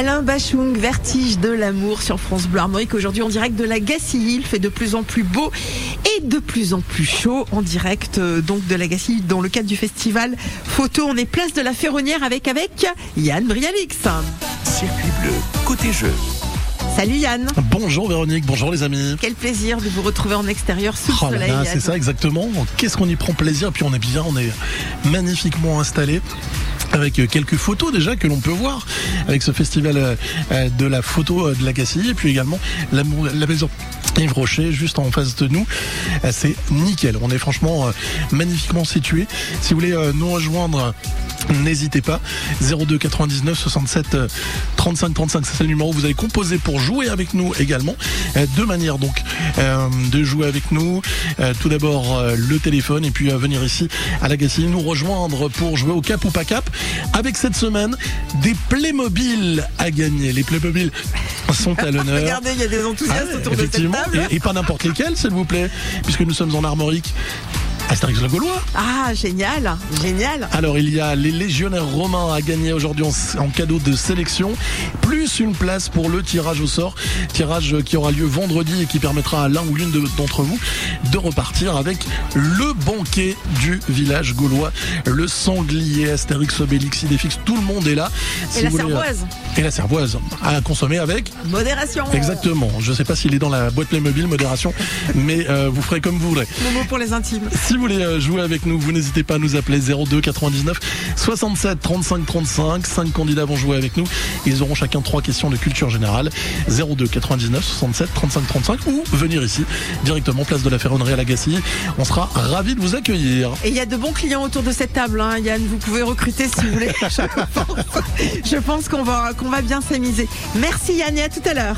Alain Bachung, Vertige de l'amour sur France Bleu Armorique. Aujourd'hui en direct de la Gacilly. Il fait de plus en plus beau et de plus en plus chaud en direct euh, donc de la Gacilly dans le cadre du festival photo. On est place de la Ferronnière avec avec Yann Brialix. Circuit bleu, côté jeu. Salut Yann. Bonjour Véronique, bonjour les amis. Quel plaisir de vous retrouver en extérieur sous oh le soleil. Là là, c'est ça exactement. Qu'est-ce qu'on y prend plaisir. Puis on est bien, on est magnifiquement installé. Avec quelques photos déjà que l'on peut voir avec ce festival de la photo de la Gacilly et puis également la, la maison Yves Rocher juste en face de nous. C'est nickel, on est franchement magnifiquement situé. Si vous voulez nous rejoindre, n'hésitez pas. zéro deux quatre-vingt-dix-neuf soixante-sept trente-cinq trente-cinq, c'est le numéro que vous avez composé pour jouer avec nous également. Deux manières donc euh, de jouer avec nous. Euh, tout d'abord euh, le téléphone et puis euh, venir ici à la Gacilly nous rejoindre pour jouer au cap ou pas cap. Avec cette semaine, des Playmobil à gagner. Les Playmobil sont à l'honneur. Regardez, il y a des enthousiastes ah, autour de cette table. Et, et pas n'importe lesquels, s'il vous plaît, puisque nous sommes en Armorique. Astérix le Gaulois. Ah, génial, génial. Alors, il y a les légionnaires romains à gagner aujourd'hui en, en cadeau de sélection, plus une place pour le tirage au sort. Tirage qui aura lieu vendredi et qui permettra à l'un ou l'une de, d'entre vous de repartir avec le banquet du village gaulois. Le sanglier, Astérix, Obélix, Idéfix, tout le monde est là. Et si la cervoise. Et la cervoise à consommer avec modération. Exactement. Je ne sais pas s'il est dans la boîte Playmobil, modération, mais euh, vous ferez comme vous voudrez. Mon mot pour les intimes. Si vous voulez jouer avec nous, vous n'hésitez pas à nous appeler zéro deux quatre-vingt-dix-neuf soixante-sept trente-cinq trente-cinq. Cinq candidats vont jouer avec nous. Ils auront chacun trois questions de culture générale. zéro deux quatre-vingt-dix-neuf soixante-sept trente-cinq trente-cinq ou venir ici directement place de la Ferronnerie à la Gacilly. On sera ravis de vous accueillir. Et il y a de bons clients autour de cette table, hein, Yann. Vous pouvez recruter si vous voulez. Je pense, je pense qu'on va qu'on va bien s'amuser. Merci Yann et à tout à l'heure.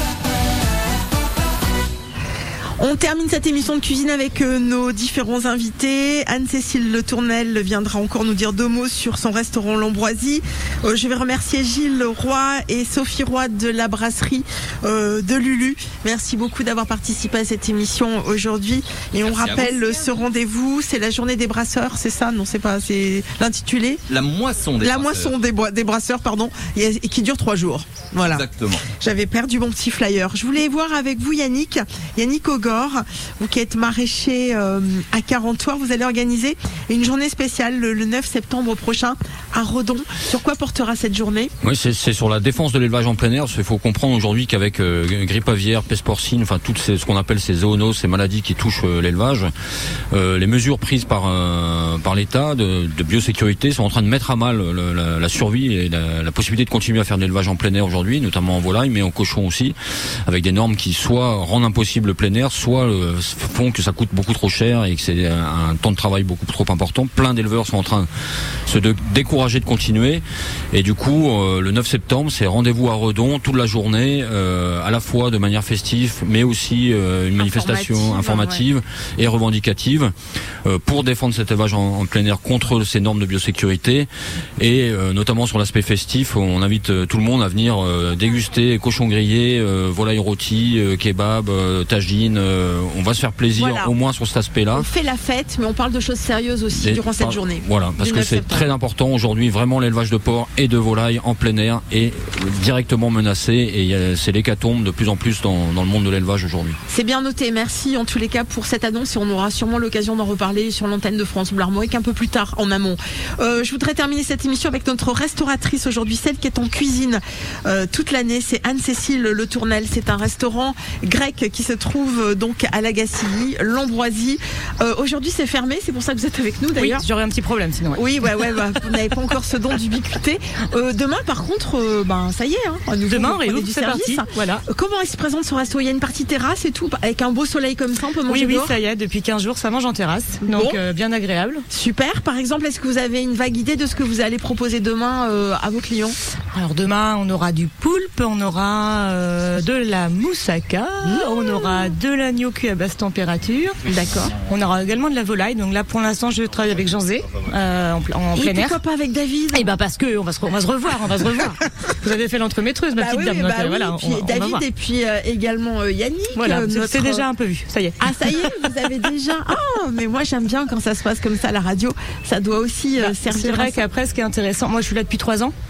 On termine cette émission de cuisine avec euh, nos différents invités. Anne-Cécile Le Tournel viendra encore nous dire deux mots sur son restaurant L'Ambroisie. Euh, je vais remercier Gilles Roy et Sophie Roy de la brasserie euh, de Lulu. Merci beaucoup d'avoir participé à cette émission aujourd'hui. Et on Merci rappelle ce rendez-vous, c'est la journée des brasseurs, c'est ça? Non, c'est pas, c'est l'intitulé. La moisson des La brasseurs. moisson des, bo- des brasseurs, pardon, et, et qui dure trois jours. Voilà. Exactement. J'avais perdu mon petit flyer. Je voulais voir avec vous Yannick, Yannick Ogor. Vous qui êtes maraîcher euh, à Carentoire, vous allez organiser une journée spéciale le, le neuf septembre prochain à Redon. Sur quoi portera cette journée? Oui, c'est, c'est sur la défense de l'élevage en plein air. Il faut comprendre aujourd'hui qu'avec euh, grippe aviaire, peste porcine, enfin toutes ces, ce qu'on appelle ces zoonoses, ces maladies qui touchent euh, l'élevage, euh, les mesures prises par euh, par l'État de, de biosécurité sont en train de mettre à mal le, la, la survie et la, la possibilité de continuer à faire de l'élevage en plein air aujourd'hui, notamment en volaille, mais en cochon aussi, avec des normes qui soit rendent impossible le plein air, soit euh, font que ça coûte beaucoup trop cher et que c'est un, un temps de travail beaucoup trop important. Plein d'éleveurs sont en train de se de, décourager de continuer et du coup euh, le neuf septembre c'est rendez-vous à Redon toute la journée, euh, à la fois de manière festive mais aussi euh, une manifestation informative, informative ouais. et revendicative euh, pour défendre cet élevage en, en plein air contre ces normes de biosécurité et euh, notamment sur l'aspect festif on invite euh, tout le monde à venir euh, déguster cochon grillé, euh, volaille rôti, euh, kebab, euh, tagine, euh, on va se faire plaisir voilà. au moins sur cet aspect-là. On fait la fête mais on parle de choses sérieuses aussi et durant cette par, journée. Voilà, parce que c'est septembre. Très important aujourd'hui, vraiment l'élevage de porc et de volaille en plein air est directement menacé et y a, c'est l'hécatombe de plus en plus dans, dans le monde de l'élevage aujourd'hui. C'est bien noté, merci en tous les cas pour cette annonce et on aura sûrement l'occasion d'en reparler sur l'antenne de France Bleu Armorique un peu plus tard en amont. Euh, je voudrais terminer cette émission avec notre restauratrice aujourd'hui, celle qui est en cuisine euh, toute l'année, c'est Anne-Cécile Le Tournel. C'est un restaurant grec qui se trouve donc à la Gacilly, L'Ambroisie. Euh, aujourd'hui c'est fermé, c'est pour ça que vous êtes avec nous d'ailleurs. Oui, j'aurais un petit problème sinon. Ouais. Oui, ouais, ouais, bah, vous n'avez pas encore ce don d'ubiquité. Euh, demain, par contre, euh, ben ça y est, hein, nouveau, demain, on du service. Parti. Voilà. Euh, comment il se présente ce resto? Il y a une partie terrasse et tout, avec un beau soleil comme ça, on peut manger Oui, dehors. oui, ça y est, depuis quinze jours, ça mange en terrasse, donc bon. euh, bien agréable. Super. Par exemple, est-ce que vous avez une vague idée de ce que vous allez proposer demain euh, à vos clients? Alors demain, on aura du poulpe, on aura euh, de la moussaka, mmh. on aura de l'agneau cuit à basse température. D'accord. On aura également de la volaille. Donc là, pour l'instant, je travaille avec Jean Zé euh, en, en et plein air. Pourquoi pas avec David? Eh ben parce que on va se, on va se revoir, on va se revoir. Vous avez fait l'entremetteuse, ma bah petite oui, dame. Bah donc, oui, voilà, puis on, David on va et puis euh, également euh, Yannick. Voilà, euh, notre... c'est déjà un peu vu. Ça y est. Ah ça y est, vous avez déjà. Ah, mais moi j'aime bien quand ça se passe comme ça à la radio. Ça doit aussi euh, bah, servir. C'est vrai qu'après, ce qui est intéressant, moi je suis là depuis trois ans.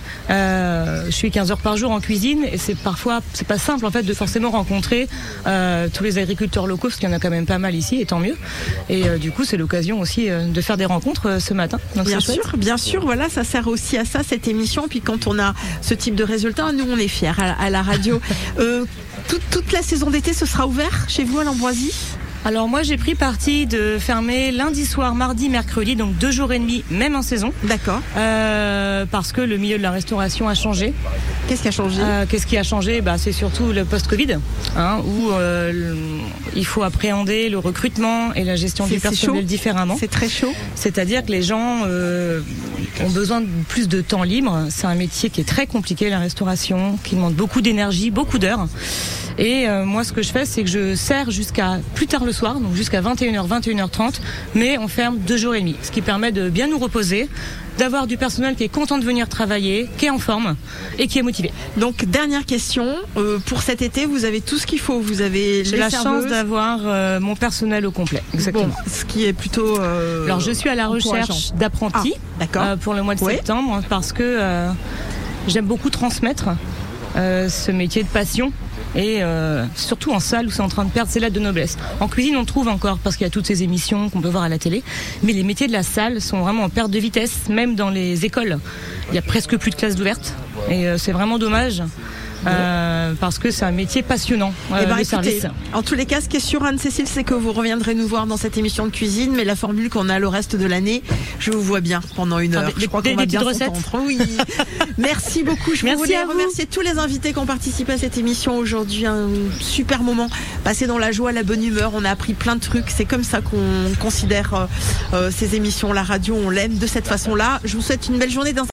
Euh, je suis quinze heures par jour en cuisine et c'est parfois, c'est pas simple en fait de forcément rencontrer euh, tous les agriculteurs locaux parce qu'il y en a quand même pas mal ici et tant mieux. Et euh, du coup, c'est l'occasion aussi euh, de faire des rencontres euh, ce matin. Donc bien c'est sûr, chouette. bien sûr, voilà, ça sert aussi à ça cette émission. Puis quand on a ce type de résultats, nous on est fiers à, à la radio. euh, toute, toute la saison d'été, ce sera ouvert chez vous à l'Ambroisie ? Alors moi j'ai pris parti de fermer lundi soir, mardi, mercredi, donc deux jours et demi, même en saison. D'accord. Euh, parce que le milieu de la restauration a changé. Qu'est-ce qui a changé euh, Qu'est-ce qui a changé bah, c'est surtout le post-Covid, hein, où euh, le, il faut appréhender le recrutement et la gestion c'est, du personnel c'est différemment. C'est très chaud. C'est-à-dire que les gens euh, ont besoin de plus de temps libre. C'est un métier qui est très compliqué, la restauration, qui demande beaucoup d'énergie, beaucoup d'heures. Et euh, moi, ce que je fais, c'est que je sers jusqu'à plus tard le soir, donc jusqu'à vingt et une heures, vingt et une heures trente, mais on ferme deux jours et demi, ce qui permet de bien nous reposer, d'avoir du personnel qui est content de venir travailler, qui est en forme et qui est motivé. Donc, dernière question, euh, pour cet été, vous avez tout ce qu'il faut. Vous avez J'ai les la serveuses. chance d'avoir euh, mon personnel au complet, exactement. Bon, ce qui est plutôt euh, Alors, je suis à la recherche d'apprentis ah, euh, pour le mois de oui. septembre, parce que euh, j'aime beaucoup transmettre euh, ce métier de passion. Et euh, surtout en salle où c'est en train de perdre ses lettres de noblesse. En cuisine, on trouve encore parce qu'il y a toutes ces émissions qu'on peut voir à la télé. Mais les métiers de la salle sont vraiment en perte de vitesse, même dans les écoles. Il y a presque plus de classes ouvertes. Et euh, c'est vraiment dommage. Euh, parce que c'est un métier passionnant, euh, eh ben, le écoutez, service. En tous les cas, ce qui est sûr, Anne-Cécile, c'est que vous reviendrez nous voir dans cette émission de cuisine, mais la formule qu'on a le reste de l'année, je vous vois bien pendant une heure. Ah, des, je crois des, qu'on va des bien petites s'entendre. Oui. Merci beaucoup. Je Merci voulais à vous. remercier tous les invités qui ont participé à cette émission aujourd'hui. Un super moment passé dans la joie, la bonne humeur. On a appris plein de trucs. C'est comme ça qu'on considère euh, euh, ces émissions. La radio, on l'aime de cette façon-là. Je vous souhaite une belle journée dans